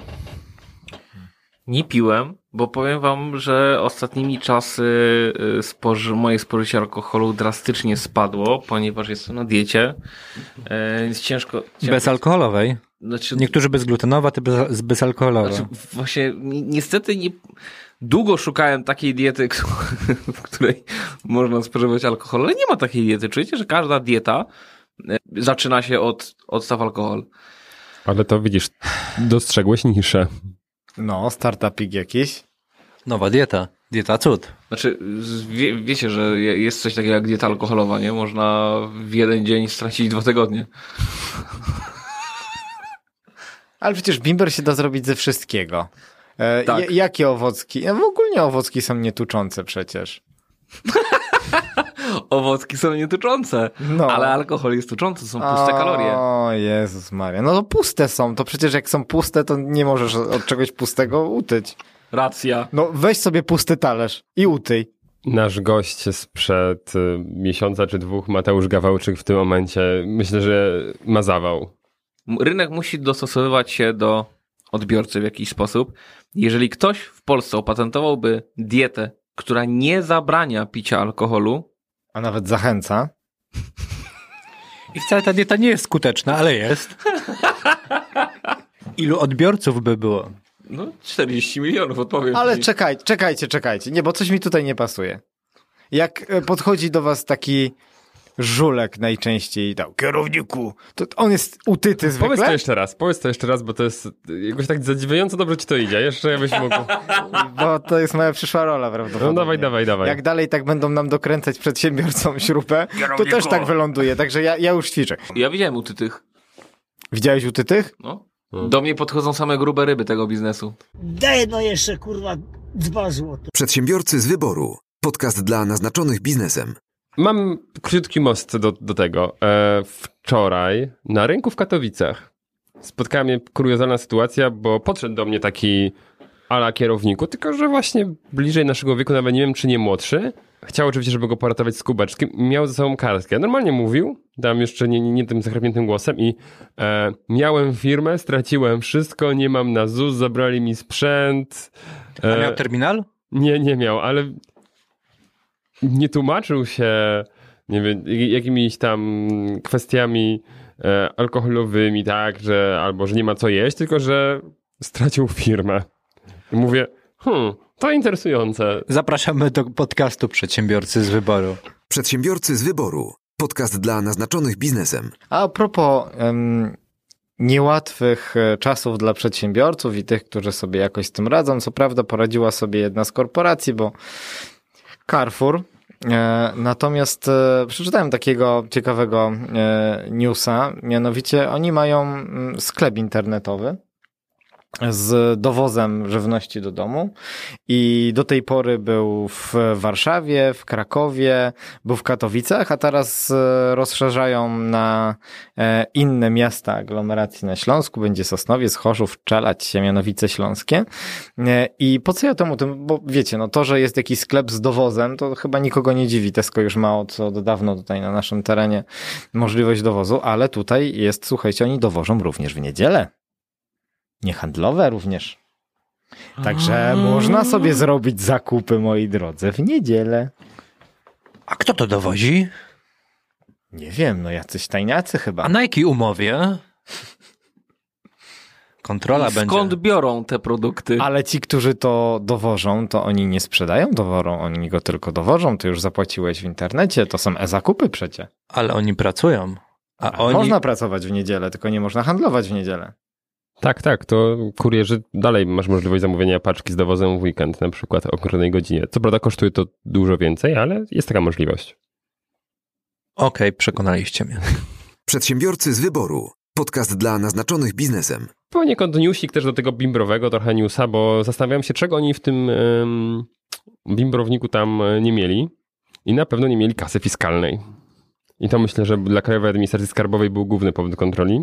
Nie piłem, bo powiem wam, że ostatnimi czasy y, spoży, moje spożycie alkoholu drastycznie spadło, ponieważ jestem na diecie. E, Jest ciężko... ciężko Bezalkoholowej. Znaczy, Niektórzy bezglutenowa, ty bez, bezalkoholowa. Znaczy, właśnie ni- niestety nie, długo szukałem takiej diety, k- w której można spożywać alkohol, ale nie ma takiej diety. Czujecie, że każda dieta e, zaczyna się od odstaw alkohol. Ale to widzisz, dostrzegłeś niszę. No, startupik jakiś. Nowa dieta. Dieta cud. Znaczy, z- wie, wiecie, że je- jest coś takiego jak dieta alkoholowa, nie? Można w jeden dzień stracić dwa tygodnie. Ale przecież bimber się da zrobić ze wszystkiego. E, Tak. j- jakie owocki? No, w ogóle owocki są nietuczące przecież. Owocki są nietuczące, No. ale alkohol jest tuczący, są puste kalorie. O Jezus Maria. No to puste są. To przecież jak są puste, to nie możesz od czegoś pustego utyć. Racja. No weź sobie pusty talerz i utyj. Nasz gość sprzed y, miesiąca czy dwóch, Mateusz Gawałczyk, w tym momencie myślę, że ma zawał. M- Rynek musi dostosowywać się do odbiorcy w jakiś sposób. Jeżeli ktoś w Polsce opatentowałby dietę, która nie zabrania picia alkoholu, A nawet zachęca. I wcale ta dieta nie jest skuteczna, ale jest. Ilu odbiorców by było? no czterdzieści milionów, odpowiem Ale ci. czekaj, czekajcie, czekajcie. Nie, bo coś mi tutaj nie pasuje. Jak e, podchodzi do was taki żulek najczęściej, tam, kierowniku, to on jest utyty zwykle? Powiedz to jeszcze raz, powiedz to jeszcze raz, bo to jest jakoś tak zadziwiająco dobrze ci to idzie. Jeszcze ja byś mógł... Bo to jest moja przyszła rola prawdopodobnie. No dawaj, dawaj, dawaj. Jak dalej tak będą nam dokręcać przedsiębiorcom śrubę, to też tak wyląduje. Także ja, ja już ćwiczę. Ja widziałem utytych. Widziałeś utytych? No. Do mnie podchodzą same grube ryby tego biznesu. Daj no jeszcze, kurwa, dwa złote. Przedsiębiorcy z wyboru. Podcast dla naznaczonych biznesem. Mam krótki most do, do tego. E, wczoraj na rynku w Katowicach spotkała mnie kuriozalna sytuacja, bo podszedł do mnie taki ala kierowniku, tylko że właśnie bliżej naszego wieku, nawet nie wiem czy nie młodszy. Chciał oczywiście, żeby go poratować z kubeczkiem. Miał ze sobą kartkę. Normalnie mówił, dam jeszcze nie, nie, nie tym zachrypniętym głosem i e, miałem firmę, straciłem wszystko, nie mam na Z U S, zabrali mi sprzęt. E, A miał terminal? Nie, nie miał, ale nie tłumaczył się, nie wiem, jakimiś tam kwestiami e, alkoholowymi, tak, że albo, że nie ma co jeść, tylko, że stracił firmę. I mówię, hmm, to interesujące. Zapraszamy do podcastu Przedsiębiorcy z wyboru. Przedsiębiorcy z wyboru. Podcast dla naznaczonych biznesem. A propos um, niełatwych czasów dla przedsiębiorców i tych, którzy sobie jakoś z tym radzą, co prawda poradziła sobie jedna z korporacji, bo Carrefour. E, natomiast e, przeczytałem takiego ciekawego e, newsa, mianowicie oni mają sklep internetowy z dowozem żywności do domu i do tej pory był w Warszawie, w Krakowie, był w Katowicach, a teraz rozszerzają na inne miasta aglomeracji na Śląsku. Będzie Sosnowiec, Chorzów, Czelać, Siemianowice Śląskie. I po co ja temu tym, bo wiecie, no to, że jest jakiś sklep z dowozem, to chyba nikogo nie dziwi. Tesco już ma od, od dawno tutaj na naszym terenie możliwość dowozu, ale tutaj jest, słuchajcie, oni dowożą również w niedzielę. Niehandlowe również. Także A. można sobie zrobić zakupy, moi drodzy, w niedzielę. A kto to dowozi? Nie wiem, no jacyś tajniacy chyba. A na jakiej umowie? Kontrola I będzie. Skąd biorą te produkty? Ale ci, którzy to dowożą, to oni nie sprzedają towaru, oni go tylko dowożą. Ty już zapłaciłeś w internecie, to są e-zakupy przecie. Ale oni pracują. A A oni... Można pracować w niedzielę, tylko nie można handlować w niedzielę. Tak, tak, to kurierzy dalej masz możliwość zamówienia paczki z dowozem w weekend, na przykład o konkretnej godzinie. Co prawda kosztuje to dużo więcej, ale jest taka możliwość. Okej, okay, przekonaliście mnie. Przedsiębiorcy z wyboru. Podcast dla naznaczonych biznesem. Poniekąd newsik też do tego bimbrowego, trochę newsa, bo zastanawiam się, czego oni w tym um, bimbrowniku tam nie mieli. I na pewno nie mieli kasy fiskalnej. I to myślę, że dla Krajowej Administracji Skarbowej był główny powód kontroli.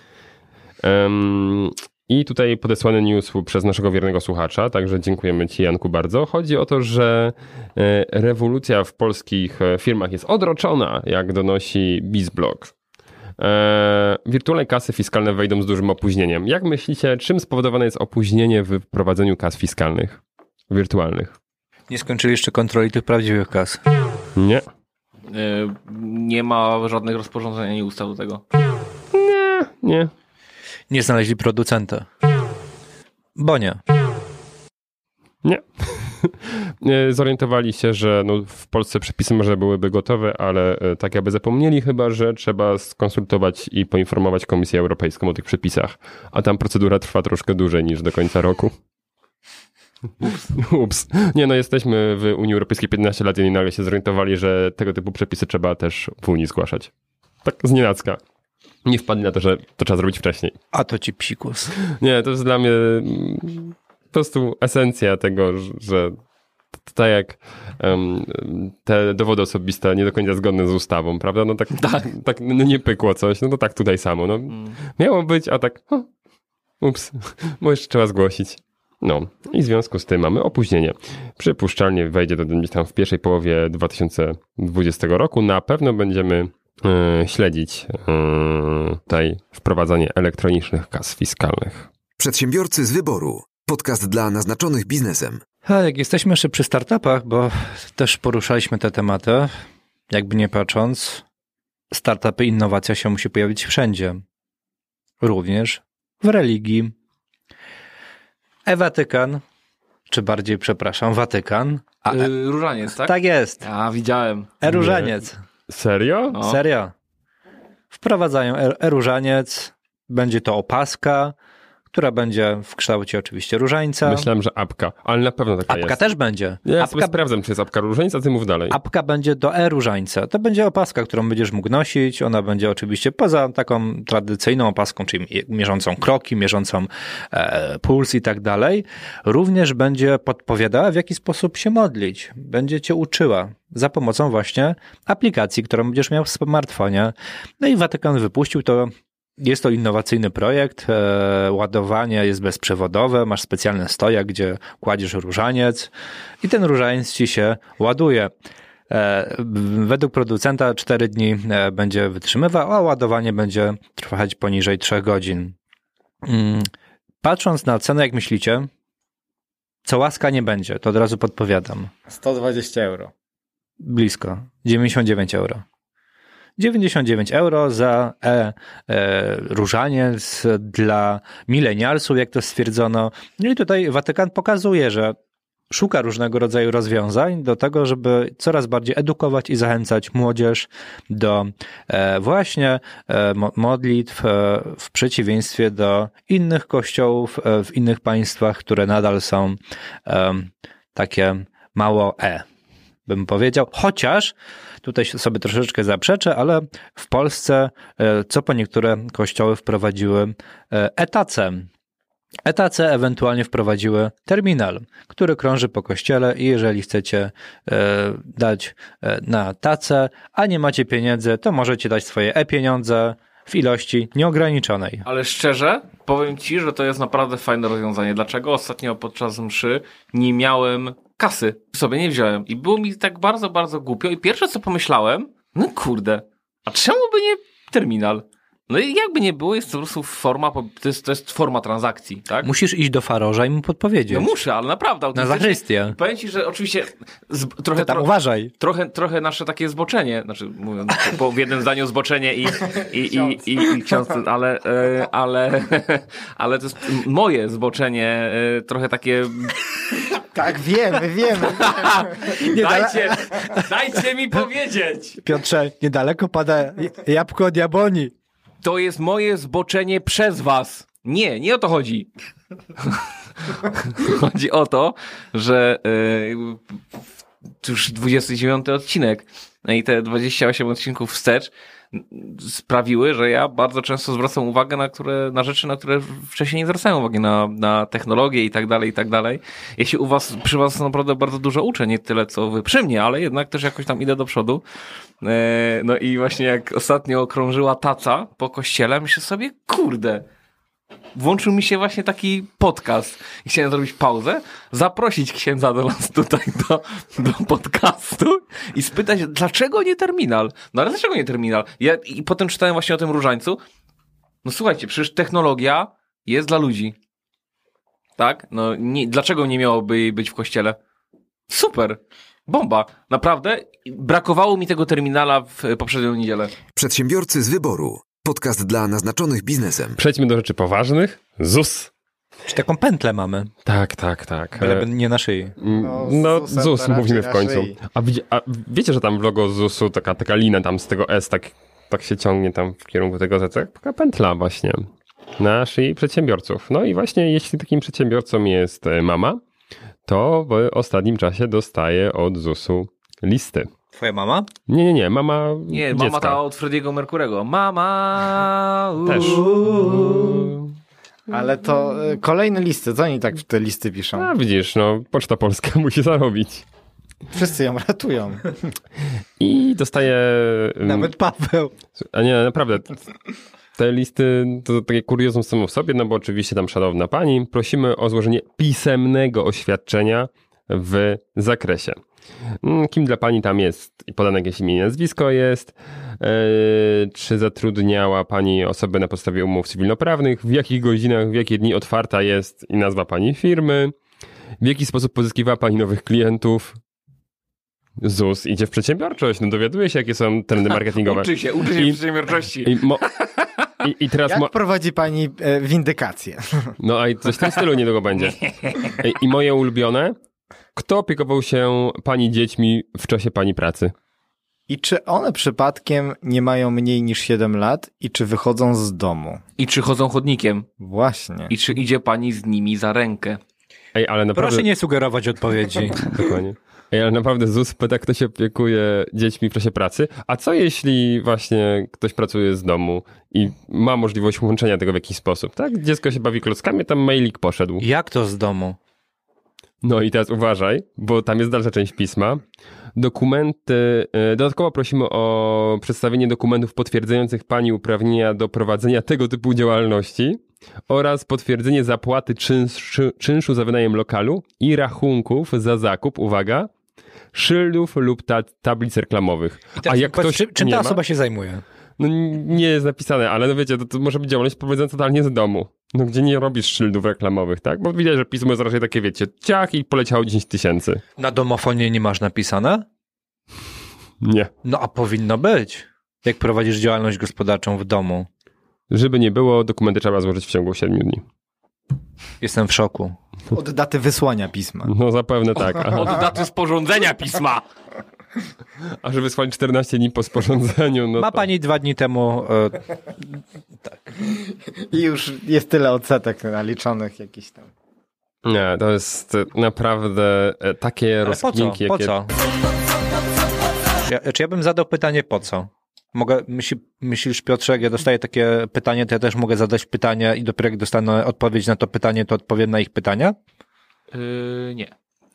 Um, I tutaj podesłany news przez naszego wiernego słuchacza, także dziękujemy Ci, Janku, bardzo. Chodzi o to, że e, rewolucja w polskich firmach jest odroczona, jak donosi BizBlog. E, wirtualne kasy fiskalne wejdą z dużym opóźnieniem. Jak myślicie, czym spowodowane jest opóźnienie w wprowadzeniu kas fiskalnych wirtualnych? Nie skończyli jeszcze kontroli tych prawdziwych kas. Nie. E, nie ma żadnych rozporządzeń ani ustaw do tego. Nie, nie. Nie znaleźli producenta. Bo nie. Nie. Zorientowali się, że no w Polsce przepisy może byłyby gotowe, ale tak jakby zapomnieli chyba, że trzeba skonsultować i poinformować Komisję Europejską o tych przepisach. A tam procedura trwa troszkę dłużej niż do końca roku. Ups. Ups. Nie no, jesteśmy w Unii Europejskiej piętnaście lat i nagle się zorientowali, że tego typu przepisy trzeba też w Unii zgłaszać. Tak znienacka. Nie wpadli na to, że to trzeba zrobić wcześniej. A to ci psikus. Nie, to jest dla mnie po prostu esencja tego, że tak jak um, te dowody osobiste nie do końca zgodne z ustawą, prawda? No tak, tak. tak no nie pykło coś, no to tak tutaj samo. No, mm. Miało być, a tak huh, ups, bo jeszcze trzeba zgłosić. No i w związku z tym mamy opóźnienie. Przypuszczalnie wejdzie to gdzieś tam w pierwszej połowie dwa tysiące dwudziestego roku. Na pewno będziemy Yy, śledzić yy, tutaj wprowadzanie elektronicznych kas fiskalnych. Przedsiębiorcy z wyboru. Podcast dla naznaczonych biznesem. A jak jesteśmy jeszcze przy startupach, bo też poruszaliśmy te tematy, jakby nie patrząc, startupy, innowacja się musi pojawić wszędzie. Również w religii. E-Watykan, czy bardziej, przepraszam, Watykan. A, e, Różaniec, tak? Tak jest. A, widziałem. E-Różaniec. Serio? No. Serio. Wprowadzają e-Różaniec, będzie to opaska, która będzie w kształcie oczywiście różańca. Myślałem, że apka, ale na pewno taka apka jest. Apka też będzie. Ja apka... sobie sprawdzam, czy jest apka różańc, a ty mów dalej. Apka będzie do e-różańca. To będzie opaska, którą będziesz mógł nosić. Ona będzie oczywiście poza taką tradycyjną opaską, czyli mierzącą kroki, mierzącą e, puls i tak dalej. Również będzie podpowiadała, w jaki sposób się modlić. Będzie cię uczyła za pomocą właśnie aplikacji, którą będziesz miał w smartfonie. No i Watykan wypuścił to. Jest to innowacyjny projekt, e, ładowanie jest bezprzewodowe, masz specjalny stojak, gdzie kładziesz różaniec i ten różaniec ci się ładuje. E, według producenta cztery dni e, będzie wytrzymywał, a ładowanie będzie trwać poniżej trzech godzin. Mm, patrząc na cenę, jak myślicie, co łaska nie będzie, to od razu podpowiadam. sto dwadzieścia euro. Blisko, dziewięćdziesiąt dziewięć euro. dziewięćdziesiąt dziewięć euro za e, e, różaniec dla milenialsów, jak to stwierdzono. No i tutaj Watykan pokazuje, że szuka różnego rodzaju rozwiązań do tego, żeby coraz bardziej edukować i zachęcać młodzież do e, właśnie e, modlitw e, w przeciwieństwie do innych kościołów e, w innych państwach, które nadal są e, takie mało e, bym powiedział. Chociaż tutaj sobie troszeczkę zaprzeczę, ale w Polsce co po niektóre kościoły wprowadziły e-tacę. E-tace ewentualnie wprowadziły terminal, który krąży po kościele i jeżeli chcecie dać na tacę, a nie macie pieniędzy, to możecie dać swoje e-pieniądze w ilości nieograniczonej. Ale szczerze, powiem ci, że to jest naprawdę fajne rozwiązanie. Dlaczego ostatnio podczas mszy nie miałem kasy? Sobie nie wziąłem. I było mi tak bardzo, bardzo głupio. I pierwsze co pomyślałem, no kurde, a czemu by nie terminal? No i jakby nie było, jest to po prostu forma, to jest, to jest forma transakcji, tak? Musisz iść do farorza i mu podpowiedzieć. No muszę, ale naprawdę. Na zachrystię. Powiem ci, że oczywiście z, trochę, tam tro, uważaj. Trochę, trochę nasze takie zboczenie, znaczy mówiąc po, w jednym zdaniu zboczenie i, i, i, i, i, i ksiądz, ale, ale, ale to jest moje zboczenie, trochę takie... Tak, wiemy, wiemy. dajcie, dajcie mi powiedzieć. Piotrze, niedaleko pada jabłko od jabłoni. To jest moje zboczenie przez was. Nie, nie o to chodzi. Chodzi o to, że yy, już dwudziesty dziewiąty odcinek, no i te dwadzieścia osiem odcinków wstecz sprawiły, że ja bardzo często zwracam uwagę na, które, na rzeczy, na które wcześniej nie zwracałem uwagi, na, na technologię i tak dalej, i tak dalej. Ja się u was, przy was naprawdę bardzo dużo uczę, nie tyle co wy przy mnie, ale jednak też jakoś tam idę do przodu. No i właśnie jak ostatnio krążyła taca po kościele, myślę sobie, kurde, włączył mi się właśnie taki podcast i chciałem zrobić pauzę, zaprosić księdza do nas tutaj do, do podcastu i spytać, dlaczego nie terminal? No ale dlaczego nie terminal? Ja, i potem czytałem właśnie o tym różańcu. No słuchajcie, przecież technologia jest dla ludzi. Tak? No nie, dlaczego nie miałoby być w kościele? Super! Bomba! Naprawdę brakowało mi tego terminala w poprzednią niedzielę. Przedsiębiorcy z wyboru. Podcast dla naznaczonych biznesem. Przejdźmy do rzeczy poważnych. ZUS. Czy taką pętlę mamy? Tak, tak, tak. Ale nie na szyi. No, no ZUS mówimy w końcu. A, wie, a wiecie, że tam w logo ZUS-u taka, taka lina tam z tego S tak, tak się ciągnie tam w kierunku tego Z? Taka pętla właśnie na szyi przedsiębiorców. No i właśnie jeśli takim przedsiębiorcą jest mama, to w ostatnim czasie dostaje od ZUS-u listy. Twoja mama? Nie, nie, nie, mama Nie, dziecka. mama ta od Frediego Mercurego. Mama! Uu. Też. Ale to y, kolejne listy, co oni tak w te listy piszą? A widzisz, no, Poczta Polska musi zarobić. Wszyscy ją ratują. I dostaje... Nawet Paweł. A nie, naprawdę... Te listy to takie kuriozum samo w sobie, no bo oczywiście tam szanowna pani, prosimy o złożenie pisemnego oświadczenia w zakresie. Kim dla pani tam jest i podane jakieś imię i nazwisko jest, yy, czy zatrudniała pani osobę na podstawie umów cywilnoprawnych, w jakich godzinach, w jakie dni otwarta jest i nazwa pani firmy, w jaki sposób pozyskiwała pani nowych klientów. ZUS idzie w przedsiębiorczość, no dowiaduje się, jakie są trendy marketingowe. Uczy się, uczy się I, przedsiębiorczości. I, mo, i, i teraz Jak mo... prowadzi pani e, windykację? No a coś w tym stylu niedługo będzie. I, I moje ulubione, kto opiekował się pani dziećmi w czasie pani pracy? I czy one przypadkiem nie mają mniej niż siedem lat i czy wychodzą z domu? I czy chodzą chodnikiem? Właśnie. I czy idzie pani z nimi za rękę? Ej, ale naprawdę... Proszę nie sugerować odpowiedzi. Dokładnie. Ej, ale naprawdę Z U S pyta, kto się opiekuje dziećmi w czasie pracy. A co jeśli właśnie ktoś pracuje z domu i ma możliwość łączenia tego w jakiś sposób, tak? Dziecko się bawi klockami, tam mailik poszedł. Jak to z domu? No i teraz uważaj, bo tam jest dalsza część pisma. Dokumenty, dodatkowo prosimy o przedstawienie dokumentów potwierdzających pani uprawnienia do prowadzenia tego typu działalności oraz potwierdzenie zapłaty czynszu, czynszu za wynajem lokalu i rachunków za zakup, uwaga, szyldów lub ta, tablic reklamowych. A jak ktoś czym, czym ta osoba się zajmuje? No nie jest napisane, ale no wiecie, to, to może być działalność prowadzona totalnie z domu. No gdzie nie robisz szyldów reklamowych, tak? Bo widać, że pismo jest raczej takie, wiecie, ciach i poleciało dziesięć tysięcy. Na domofonie nie masz napisane? Nie. No a powinno być. Jak prowadzisz działalność gospodarczą w domu. Żeby nie było, dokumenty trzeba złożyć w ciągu siedmiu dni. Jestem w szoku. Od daty wysłania pisma. No zapewne tak. Aha. Od daty sporządzenia pisma. A że wysłali czternaście dni po sporządzeniu, no Ma to... pani dwa dni temu... E, tak. I już jest tyle odsetek naliczonych jakiś tam. Nie, to jest naprawdę takie rozkminki. Po co? Po co? Ja, czy ja bym zadał pytanie po co? Mogę, myśli, myślisz, Piotrze, jak ja dostaję takie pytanie, to ja też mogę zadać pytanie i dopiero jak dostanę odpowiedź na to pytanie, to odpowiem na ich pytania? Yy, nie.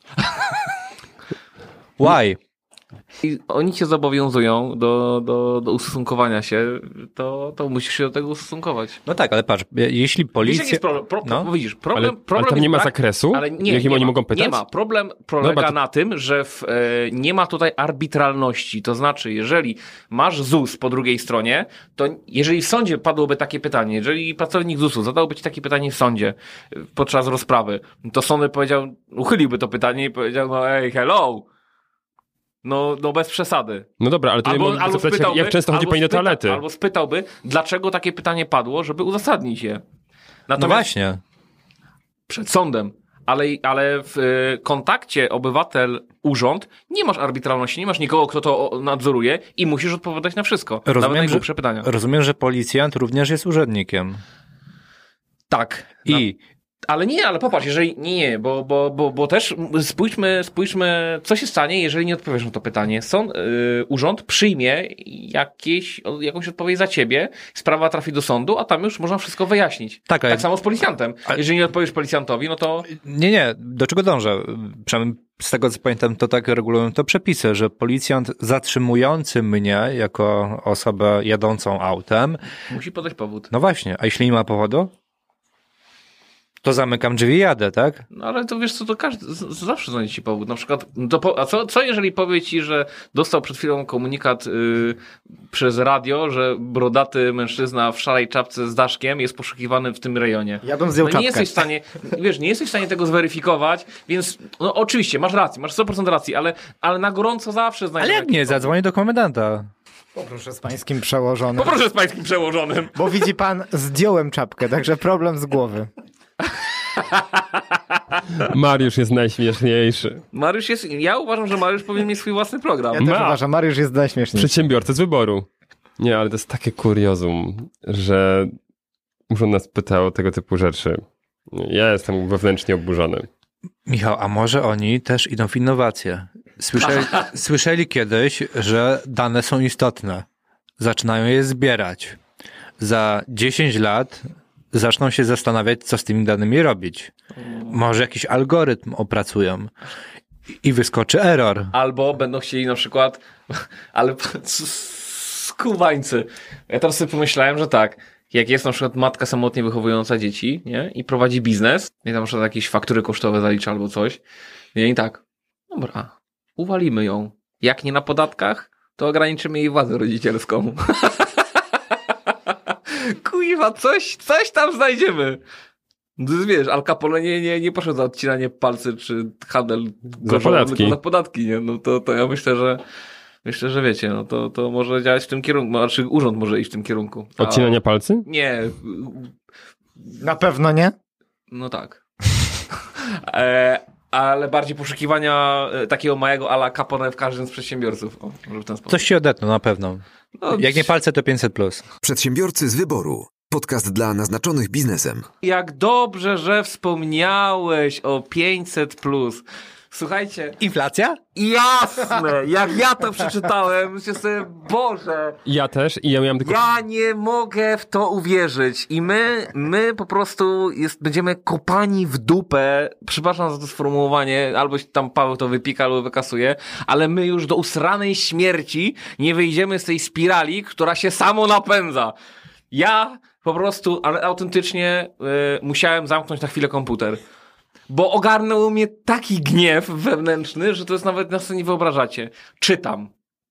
Why? I oni cię zobowiązują do, do, do ustosunkowania się, to, to musisz się do tego ustosunkować. No tak, ale patrz, jeśli policja... Widzisz, jaki jest problem? Pro, no. Widzisz, problem, ale, problem ale tam nie ma brak, zakresu, ale nie, jakim nie oni ma, mogą pytać? Nie ma. Problem polega no, to... na tym, że w, e, nie ma tutaj arbitralności. To znaczy, jeżeli masz Z U S po drugiej stronie, to jeżeli w sądzie padłoby takie pytanie, jeżeli pracownik Z U S-u zadałby ci takie pytanie w sądzie podczas rozprawy, to sąd by powiedział, uchyliłby to pytanie i powiedział, no ej, hello, No, no bez przesady. No dobra, ale to albo, nie albo zapytać, spytałby, jak, jak często chodzi pani do toalety. Albo spytałby, dlaczego takie pytanie padło, żeby uzasadnić je. Natomiast no właśnie. Przed sądem. Ale, ale w y, kontakcie obywatel-urząd nie masz arbitralności, nie masz nikogo, kto to nadzoruje i musisz odpowiadać na wszystko. Rozumiem, nawet najgłupsze pytania. Rozumiem, że policjant również jest urzędnikiem. Tak. I... Na... Ale nie, ale popatrz, jeżeli nie, nie, bo, bo, bo, bo też spójrzmy, spójrzmy, co się stanie, jeżeli nie odpowiesz na to pytanie. Sąd, yy, urząd przyjmie jakieś, jakąś odpowiedź za ciebie, sprawa trafi do sądu, a tam już można wszystko wyjaśnić. Tak, tak samo z policjantem. A... Jeżeli nie odpowiesz policjantowi, no to... Nie, nie, do czego dążę? Przynajmniej z tego, co pamiętam, to tak regulują to przepisy, że policjant zatrzymujący mnie jako osobę jadącą autem... Musi podać powód. No właśnie, a jeśli nie ma powodu? To zamykam drzwi i jadę, tak? No ale to wiesz co, to każdy z, zawsze znajdzie ci powód. Na przykład, to po, a co, co jeżeli powie ci, że dostał przed chwilą komunikat yy, przez radio, że brodaty mężczyzna w szarej czapce z daszkiem jest poszukiwany w tym rejonie. Ja bym zdjął no, czapkę. nie jesteś w stanie, wiesz, nie jesteś w stanie tego zweryfikować, więc no oczywiście, masz rację, masz sto procent racji, ale, ale na gorąco zawsze znajdziesz. Ale jak nie, zadzwonię do komendanta. Poproszę z pańskim przełożonym. Poproszę z pańskim przełożonym. Bo widzi pan, zdjąłem czapkę, także problem z głowy. Mariusz jest najśmieszniejszy. Mariusz jest, ja uważam, że Mariusz powinien mieć swój własny program. Ja też Ma. uważam, Mariusz jest najśmieszniejszy. Przedsiębiorca z wyboru. Nie, ale to jest takie kuriozum, że urząd nas pytał o tego typu rzeczy. Ja jestem wewnętrznie oburzony. Michał, a może oni też idą w innowacje? Słyszeli, słyszeli kiedyś, że dane są istotne. Zaczynają je zbierać. Za dziesięć lat zaczną się zastanawiać, co z tymi danymi robić. Może jakiś algorytm opracują i wyskoczy error. Albo będą chcieli na przykład, ale skubańcy. Ja teraz sobie pomyślałem, że tak, jak jest na przykład matka samotnie wychowująca dzieci, nie? I prowadzi biznes, i tam na przykład jakieś faktury kosztowe zalicza albo coś, nie? I tak, dobra, uwalimy ją. Jak nie na podatkach, to ograniczymy jej władzę rodzicielską. Kuiwa, coś, coś tam znajdziemy. Wiesz, Al Capone nie, nie, nie poszedł za odcinanie palcy czy handel za podatki. za podatki, nie? No to, to ja myślę, że myślę, że wiecie, no to, to może działać w tym kierunku, znaczy urząd może iść w tym kierunku. A... Odcinania palcy? Nie. Na pewno nie? No tak. e, ale bardziej poszukiwania e, takiego małego a la Capone w każdym z przedsiębiorców. O, może w ten sposób. Coś się odetną na pewno. No, Jak nie palce, to pięćset plus. Przedsiębiorcy z wyboru. Podcast dla naznaczonych biznesem. Jak dobrze, że wspomniałeś o pięćset plus. Słuchajcie. Inflacja? Jasne! Jak ja to przeczytałem, myślę sobie, Boże. Ja też i ja miałem tylko... Ja nie mogę w to uwierzyć. I my, my po prostu jest, będziemy kopani w dupę. Przepraszam za to sformułowanie, albo tam Paweł to wypika, albo wykasuje, ale my już do usranej śmierci nie wyjdziemy z tej spirali, która się samo napędza. Ja po prostu, ale autentycznie y, musiałem zamknąć na chwilę komputer. Bo ogarnął mnie taki gniew wewnętrzny, że to jest nawet, na co nie wyobrażacie. Czytam.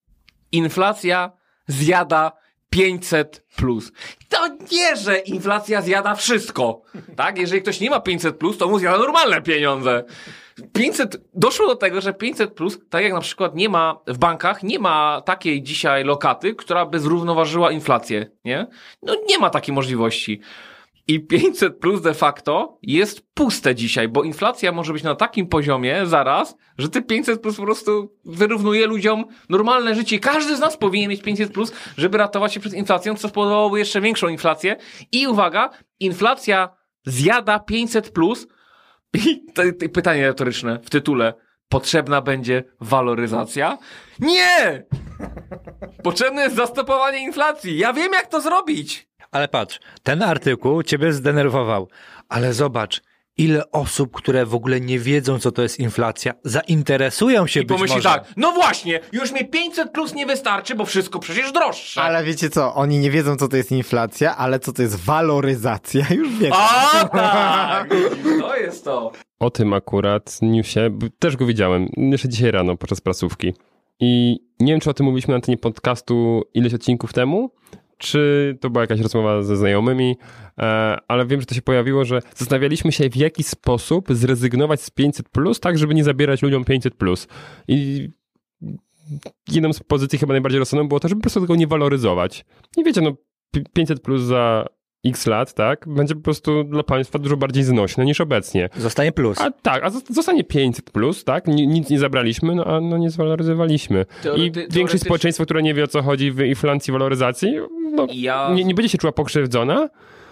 Inflacja zjada pięćset plus. To nie, że inflacja zjada wszystko. Tak? Jeżeli ktoś nie ma pięćset plus, to mu zjada normalne pieniądze. pięćset, doszło do tego, że pięćset plus, tak jak na przykład nie ma w bankach, nie ma takiej dzisiaj lokaty, która by zrównoważyła inflację, nie? No nie ma takiej możliwości. I pięćset plus de facto jest puste dzisiaj, bo inflacja może być na takim poziomie zaraz, że te pięćset plus po prostu wyrównuje ludziom normalne życie. Każdy z nas powinien mieć pięćset plus, żeby ratować się przed inflacją, co spowodowałoby jeszcze większą inflację. I uwaga, inflacja zjada pięćset plus. I to, to pytanie retoryczne w tytule. Potrzebna będzie waloryzacja? Nie! Potrzebne jest zastopowanie inflacji. Ja wiem, jak to zrobić. Ale patrz, ten artykuł ciebie zdenerwował, ale zobacz, ile osób, które w ogóle nie wiedzą, co to jest inflacja, zainteresują się I być pomyśli może. tak, no właśnie, już mi pięćset plus nie wystarczy, bo wszystko przecież droższe. Ale wiecie co, oni nie wiedzą, co to jest inflacja, ale co to jest waloryzacja, już wiecie. A tak, to jest to. O tym akurat newsie, b- też go widziałem, jeszcze dzisiaj rano podczas prasówki. I nie wiem, czy o tym mówiliśmy na antenie podcastu ileś odcinków temu, czy to była jakaś rozmowa ze znajomymi, e, ale wiem, że to się pojawiło, że zastanawialiśmy się, w jaki sposób zrezygnować z pięćset plus, tak, żeby nie zabierać ludziom pięćset plus. I jedną z pozycji chyba najbardziej rozsądną było to, żeby po prostu tego nie waloryzować. I wiecie, no pięćset plus za x lat, tak, będzie po prostu dla państwa dużo bardziej znośne niż obecnie. Zostanie plus. A tak, a zostanie pięćset plus, tak, nic nie zabraliśmy, no a no nie zwaloryzowaliśmy. Teorety- I większość teoretycznie- społeczeństwa, które nie wie, o co chodzi w inflacji, waloryzacji, no Ja... nie, nie będzie się czuła pokrzywdzona,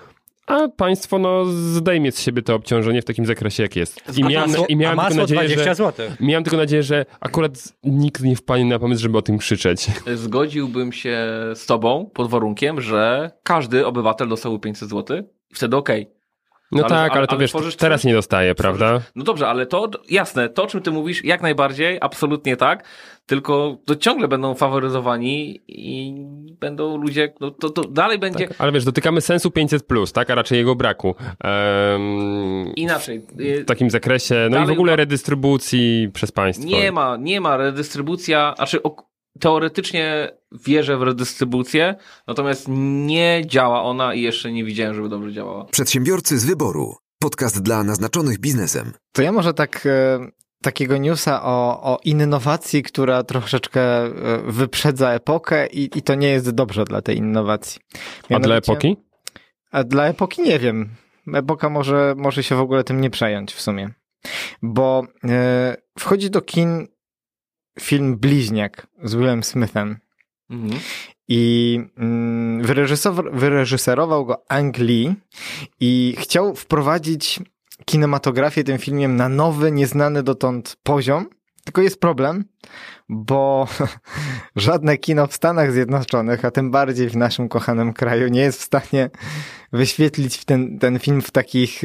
a państwo no zdejmie z siebie to obciążenie w takim zakresie, jak jest. I A miałem, masło- i miałem a tylko masło nadzieję, dwadzieścia że, złotych. miałem tylko nadzieję, że akurat nikt nie wpadnie na pomysł, żeby o tym krzyczeć. Zgodziłbym się z tobą pod warunkiem, że każdy obywatel dostałby pięćset złotych i wtedy okej. No Ale- tak, ale, ale- to ale wiesz, tworzysz teraz coś- nie dostaje, prawda? No dobrze, ale to, jasne, to o czym ty mówisz, jak najbardziej, absolutnie tak, tylko to ciągle będą faworyzowani i będą ludzie, no to, to dalej będzie... Tak, ale wiesz, dotykamy sensu pięćset plus, tak, a raczej jego braku. Um, Inaczej. W takim zakresie, no Dalej i w ogóle ma- redystrybucji przez państwo. Nie ma, nie ma redystrybucja, znaczy ok, teoretycznie wierzę w redystrybucję, natomiast nie działa ona i jeszcze nie widziałem, żeby dobrze działała. Przedsiębiorcy z wyboru. Podcast dla naznaczonych biznesem. To ja może tak e, takiego newsa o, o innowacji, która troszeczkę e, wyprzedza epokę i, i to nie jest dobrze dla tej innowacji. A dla epoki? A dla epoki nie wiem. Epoka może, może się w ogóle tym nie przejąć w sumie. Bo e, wchodzi do kin film Bliźniak z Willem Smithem. Mhm. I mm, wyreżyser- wyreżyserował go Ang Lee i chciał wprowadzić kinematografię tym filmem na nowy, nieznany dotąd poziom. Tylko jest problem, bo żadne kino w Stanach Zjednoczonych, a tym bardziej w naszym kochanym kraju, nie jest w stanie wyświetlić ten, ten film w takich, e,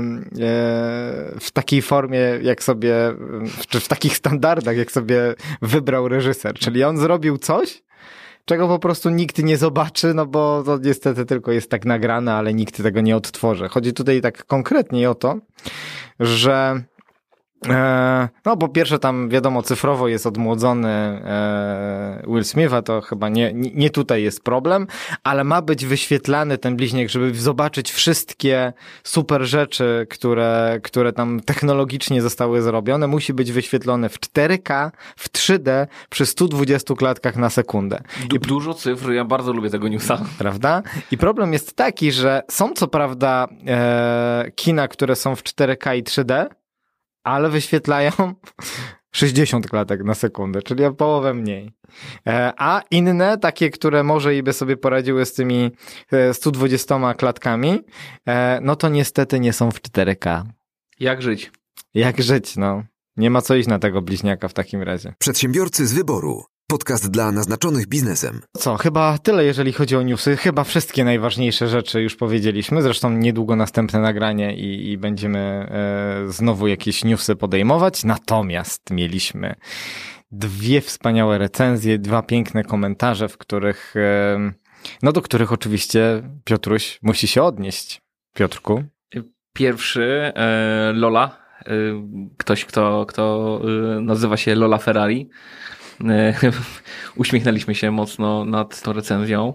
e, w takiej formie, jak sobie, czy w takich standardach, jak sobie wybrał reżyser. Czyli on zrobił coś, czego po prostu nikt nie zobaczy, no bo to niestety tylko jest tak nagrane, ale nikt tego nie odtworzy. Chodzi tutaj tak konkretnie o to, że e, no po pierwsze tam wiadomo cyfrowo jest odmłodzony e, Will Smith, a to chyba nie, nie tutaj jest problem, ale ma być wyświetlany ten bliźniak, żeby zobaczyć wszystkie super rzeczy, które, które tam technologicznie zostały zrobione. Musi być wyświetlony w cztery K, w trzy D przy stu dwudziestu klatkach na sekundę. Du- dużo cyfr, ja bardzo lubię tego newsa. Prawda? I problem jest taki, że są co prawda e, kina, które są w cztery K i trzy D, ale wyświetlają sześćdziesiąt klatek na sekundę, czyli o połowę mniej. A inne, takie, które może i by sobie poradziły z tymi sto dwudziestoma klatkami, no to niestety nie są w cztery K. Jak żyć? Jak żyć, no. Nie ma co iść na tego bliźniaka w takim razie. Przedsiębiorcy z wyboru. Podcast dla naznaczonych biznesem. Co, chyba tyle, jeżeli chodzi o newsy. Chyba wszystkie najważniejsze rzeczy już powiedzieliśmy. Zresztą niedługo następne nagranie i, i będziemy e, znowu jakieś newsy podejmować. Natomiast mieliśmy dwie wspaniałe recenzje, dwa piękne komentarze, w których, e, no do których oczywiście Piotruś musi się odnieść. Piotrku? Pierwszy, e, Lola. E, ktoś, kto, kto e, nazywa się Lola Ferrari. Uśmiechnęliśmy się mocno nad tą recenzją.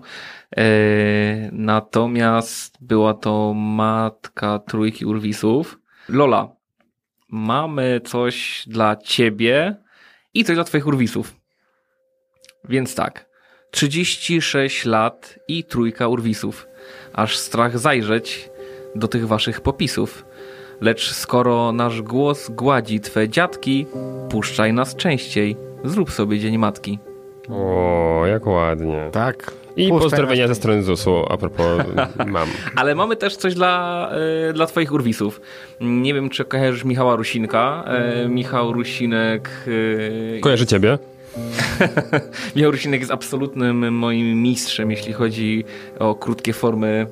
Natomiast była to matka trójki urwisów. Lola, mamy coś dla ciebie i coś dla twoich urwisów. Więc tak, trzydzieści sześć lat i trójka urwisów. Aż strach zajrzeć do tych waszych popisów. Lecz skoro nasz głos gładzi twe dziadki, puszczaj nas częściej. Zrób sobie Dzień Matki. O, jak ładnie. Tak. I pozdrowienia ze strony zusu, a propos mam. Ale mamy też coś dla, y, dla twoich urwisów. Nie wiem, czy kojarzysz Michała Rusinka. Y, Michał Rusinek... Y, Kojarzy ciebie? Michał Rusinek jest absolutnym moim mistrzem, jeśli chodzi o krótkie formy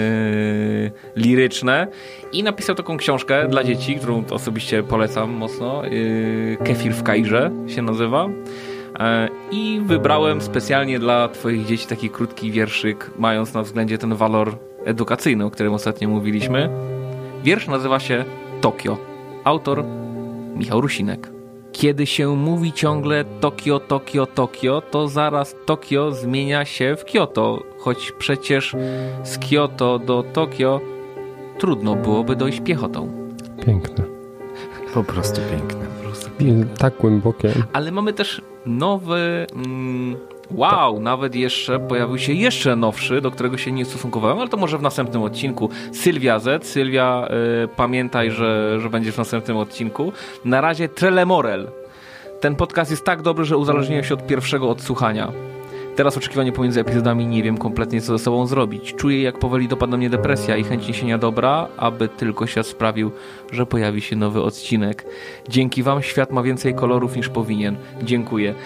yy, liryczne i napisał taką książkę dla dzieci, którą osobiście polecam mocno. Yy, Kefir w Kairze się nazywa. Yy, I wybrałem specjalnie dla twoich dzieci taki krótki wierszyk, mając na względzie ten walor edukacyjny, o którym ostatnio mówiliśmy. Wiersz nazywa się Tokio. Autor Michał Rusinek. Kiedy się mówi ciągle Tokio, Tokio, Tokio, to zaraz Tokio zmienia się w Kyoto, choć przecież z Kyoto do Tokio trudno byłoby dojść piechotą. Piękne. Po prostu piękne. Po prostu piękne. Tak głębokie. Ale mamy też nowy... Mm, wow, nawet jeszcze pojawił się jeszcze nowszy, do którego się nie ustosunkowałem, ale to może w następnym odcinku. Sylwia Z. Sylwia, y, pamiętaj, że, że będziesz w następnym odcinku. Na razie Trelemorel. Ten podcast jest tak dobry, że uzależniłem się od pierwszego odsłuchania. Teraz oczekiwanie pomiędzy epizodami, nie wiem kompletnie co ze sobą zrobić. Czuję, jak powoli dopadła mnie depresja i chęć niesienia dobra, aby tylko świat sprawił, że pojawi się nowy odcinek. Dzięki wam świat ma więcej kolorów niż powinien. Dziękuję.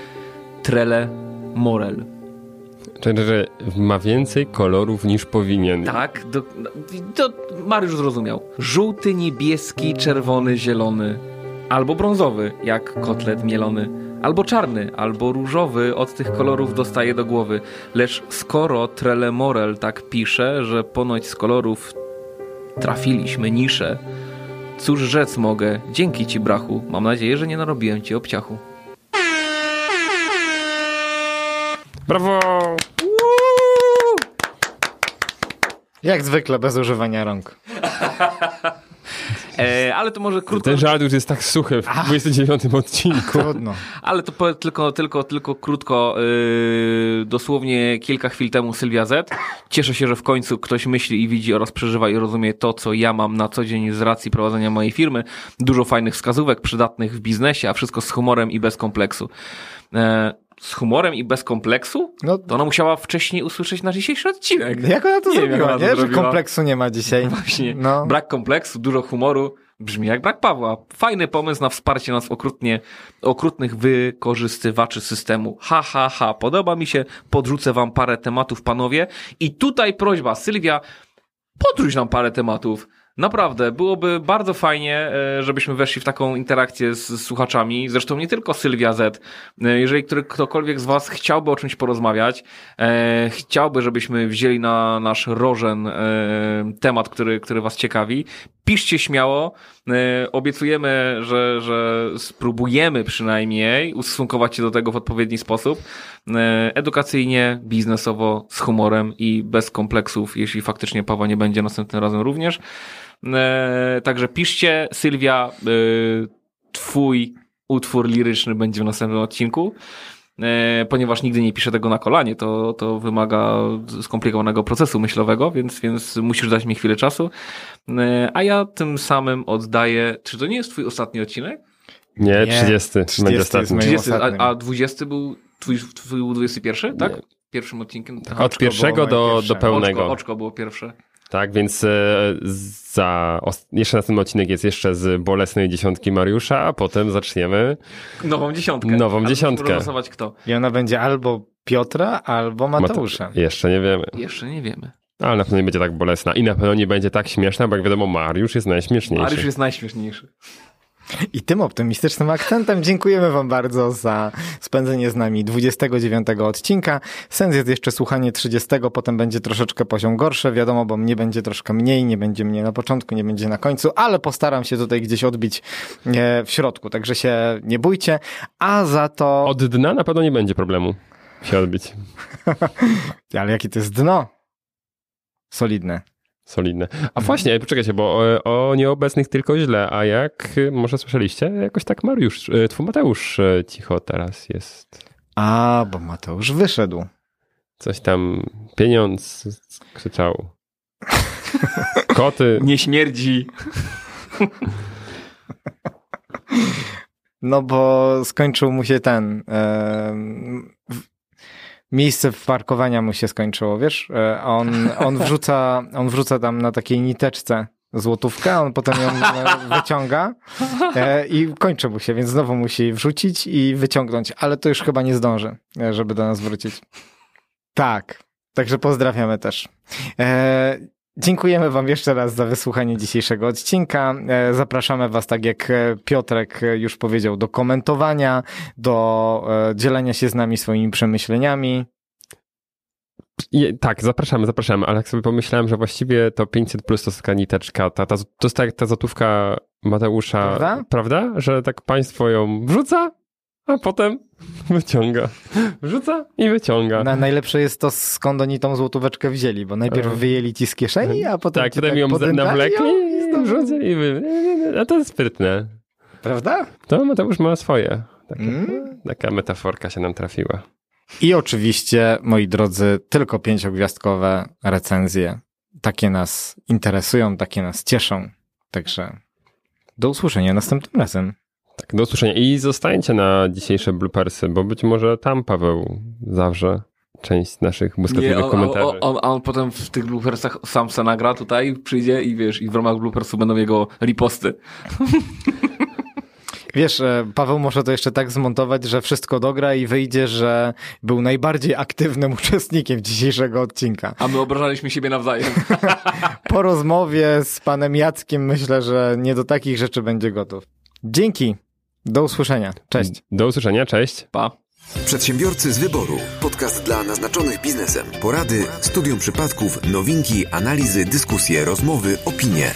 Trele Morel. Czyli, że ma więcej kolorów niż powinien. Tak, do, to Mariusz zrozumiał. Żółty, niebieski, czerwony, zielony. Albo brązowy, jak kotlet mielony. Albo czarny, albo różowy, od tych kolorów dostaje do głowy. Lecz skoro Trele Morel tak pisze, że ponoć z kolorów trafiliśmy nisze, cóż rzec mogę, dzięki ci brachu. Mam nadzieję, że nie narobiłem ci obciachu. Brawo! Jak zwykle, bez używania rąk. E, ale to może krótko... Ten żart już jest tak suchy w dwudziestym dziewiątym odcinku. Trudno. Ale to po, tylko, tylko, tylko krótko, yy, dosłownie kilka chwil temu Sylwia Z. Cieszę się, że w końcu ktoś myśli i widzi oraz przeżywa i rozumie to, co ja mam na co dzień z racji prowadzenia mojej firmy. Dużo fajnych wskazówek przydatnych w biznesie, a wszystko z humorem i bez kompleksu. E, z humorem i bez kompleksu? No, to ona musiała wcześniej usłyszeć nasz dzisiejszy odcinek. Jak ona to nie zrobiła, wiem, nie? Że zrobiła. kompleksu nie ma dzisiaj. Właśnie. No. Brak kompleksu, dużo humoru. Brzmi jak brak Pawła. Fajny pomysł na wsparcie nas okrutnie, okrutnych wykorzystywaczy systemu. Ha, ha, ha. Podoba mi się. Podrzucę wam parę tematów, panowie. I tutaj prośba, Sylwia, podrzuć nam parę tematów. Naprawdę, byłoby bardzo fajnie, żebyśmy weszli w taką interakcję z słuchaczami. Zresztą nie tylko Sylwia Z. Jeżeli który, ktokolwiek z was chciałby o czymś porozmawiać, e, chciałby, żebyśmy wzięli na nasz rożen e, temat, który, który was ciekawi, piszcie śmiało. E, obiecujemy, że, że spróbujemy przynajmniej ustosunkować się do tego w odpowiedni sposób. E, edukacyjnie, biznesowo, z humorem i bez kompleksów, jeśli faktycznie Pawła nie będzie następnym razem również. E, także piszcie, Sylwia, e, twój utwór liryczny będzie w następnym odcinku. e, ponieważ nigdy nie piszę tego na kolanie, to, to wymaga skomplikowanego procesu myślowego, więc, więc musisz dać mi chwilę czasu. E, a ja tym samym oddaję, czy to nie jest twój ostatni odcinek? Nie, trzydziesty. Będzie ostatni. trzydziesty, a, a dwudziesty był twój, twój dwudziesty pierwszy, tak? Nie. Pierwszym odcinkiem? Tak. Od pierwszego do, do pełnego. Oczko, oczko było pierwsze. Tak, więc e, za jeszcze następny odcinek jest jeszcze z bolesnej dziesiątki Mariusza, a potem zaczniemy nową dziesiątkę. Nową ale dziesiątkę. Losować kto. I ona będzie albo Piotra, albo Mateusza. Mate... Jeszcze nie wiemy. Jeszcze nie wiemy. Ale na pewno nie będzie tak bolesna i na pewno nie będzie tak śmieszna, bo jak wiadomo Mariusz jest najśmieszniejszy. Mariusz jest najśmieszniejszy. I tym optymistycznym akcentem dziękujemy wam bardzo za spędzenie z nami dwudziestego dziewiątego odcinka. Sens jest jeszcze słuchanie trzydziestego, potem będzie troszeczkę poziom gorszy, wiadomo, bo mnie będzie troszkę mniej, nie będzie mnie na początku, nie będzie na końcu, ale postaram się tutaj gdzieś odbić w środku, także się nie bójcie, a za to... Od dna na pewno nie będzie problemu się odbić. Ale jakie to jest dno? Solidne. Solidne. A właśnie, poczekajcie, bo o, o nieobecnych tylko źle, a jak może słyszeliście, jakoś tak Mariusz, twój Mateusz cicho teraz jest. A, bo Mateusz wyszedł. Coś tam, pieniądz krzyczał. Koty. Nie śmierdzi. No bo skończył mu się ten... Yy, miejsce parkowania mu się skończyło, wiesz? On, on, wrzuca, on wrzuca tam na takiej niteczce złotówkę, a on potem ją wyciąga i kończy mu się, więc znowu musi wrzucić i wyciągnąć, ale to już chyba nie zdąży, żeby do nas wrócić. Tak, także pozdrawiamy też. Dziękujemy wam jeszcze raz za wysłuchanie dzisiejszego odcinka. Zapraszamy was, tak jak Piotrek już powiedział, do komentowania, do dzielenia się z nami swoimi przemyśleniami. I, tak, zapraszamy, zapraszamy, ale jak sobie pomyślałem, że właściwie to pięćset plus to taka niteczka, ta, ta, to jest tak ta złotówka Mateusza, prawda? prawda? Że tak państwo ją wrzuca, a potem wyciąga. Wrzuca i wyciąga. Na, najlepsze jest to, skąd oni tą złotóweczkę wzięli, bo najpierw wyjęli ci z kieszeni, a potem tak, potem tak ją nawlekli i wrzucili. A to jest sprytne. Prawda? To Mateusz ma swoje. Taka, mm. taka metaforka się nam trafiła. I oczywiście, moi drodzy, tylko pięciogwiazdkowe recenzje. Takie nas interesują, takie nas cieszą. Także do usłyszenia następnym razem. Tak, do usłyszenia. I zostańcie na dzisiejsze bloopersy, bo być może tam Paweł zawrze część naszych błyskotliwych komentarzy. On, on, on potem w tych bloopersach sam se nagra tutaj, przyjdzie i wiesz, i w ramach bloopersu będą jego riposty. Wiesz, Paweł może to jeszcze tak zmontować, że wszystko dogra i wyjdzie, że był najbardziej aktywnym uczestnikiem dzisiejszego odcinka. A my obrażaliśmy siebie nawzajem. Po rozmowie z panem Jackiem myślę, że nie do takich rzeczy będzie gotów. Dzięki. Do usłyszenia. Cześć. Do usłyszenia. Cześć. Pa. Przedsiębiorcy z wyboru. Podcast dla naznaczonych biznesem. Porady, studium przypadków, nowinki, analizy, dyskusje, rozmowy, opinie.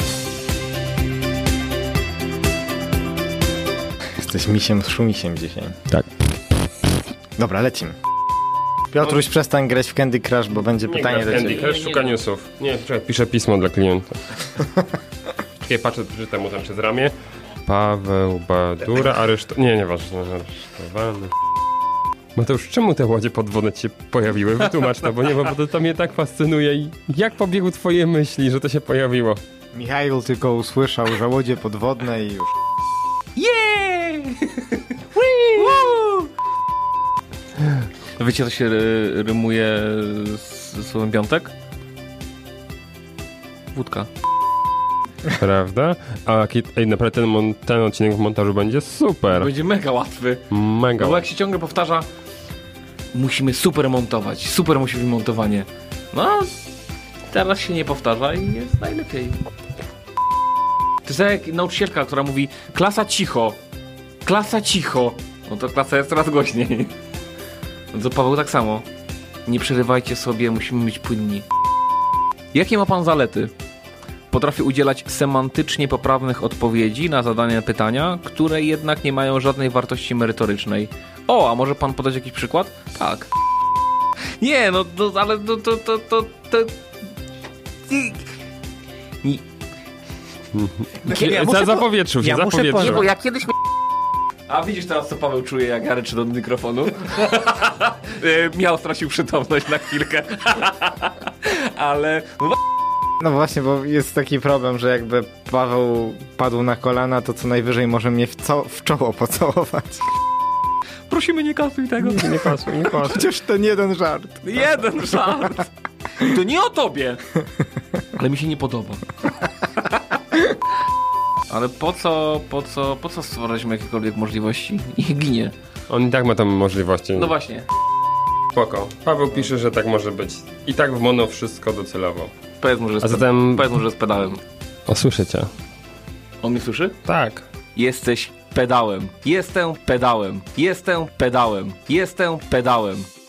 Jesteś misiem z szumisiem dzisiaj. Tak. Dobra, lecimy. Piotruś, no. Przestań grać w Candy Crush, bo będzie nie pytanie do Candy ciebie. Crush szuka newsów. Nie, czekaj, piszę pismo dla klienta. Czekaj, patrzę, przeczytam mu tam przez ramię. Paweł Badura, aresztowany. Nie, nieważne, aresztowany. Mateusz, czemu te łodzie podwodne ci się pojawiły? Wytłumacz to, bo nie, bo to, to mnie tak fascynuje. I jak pobiegły twoje myśli, że to się pojawiło? Michał tylko usłyszał, że łodzie podwodne i już. Yeah! Wiecie, co się ry- rymuje z słowem piątek? Wódka. Prawda? A jaki, ej, naprawdę ten, mon, ten odcinek w montażu będzie super. Będzie mega łatwy. Mega. No bo jak się ciągle powtarza, musimy super montować, super musi być montowanie. No, teraz się nie powtarza i jest najlepiej. To jest jak nauczycielka, która mówi klasa cicho, klasa cicho. No to klasa jest coraz głośniej. No to Paweł tak samo. Nie przerywajcie sobie, musimy być płynni. Jakie ma pan zalety? Potrafię udzielać semantycznie poprawnych odpowiedzi na zadane pytania, które jednak nie mają żadnej wartości merytorycznej. O, a może pan podać jakiś przykład? Tak. Nie, no, no ale to, to, to, to, to... Nie. Ja, ja zapowietrzył się, ja zapowietrzył. Nie, bo ja kiedyś A widzisz teraz, co Paweł czuje, jak ja ryczę do mikrofonu? Miał, stracił przytomność na chwilkę. Ale... No właśnie, bo jest taki problem, że jakby Paweł padł na kolana, to co najwyżej może mnie w, co, w czoło pocałować. Prosimy, nie kasuj tego. Nie, nie kasuj, nie kasuj. Chociaż ten jeden żart. Jeden żart. I to nie o tobie. Ale mi się nie podoba. Ale po co, po co, po co stworzyliśmy jakiekolwiek możliwości? Niech ginie. On i tak ma tam możliwości. No właśnie. Spoko. Paweł pisze, że tak może być. I tak w mono wszystko docelowo. Powiedz mu, że z, A zatem... Powiedz mu, że z pedałem. O, słyszę cię. On mnie słyszy? Tak. Jesteś pedałem. Jestem pedałem. Jestem pedałem. Jestem pedałem.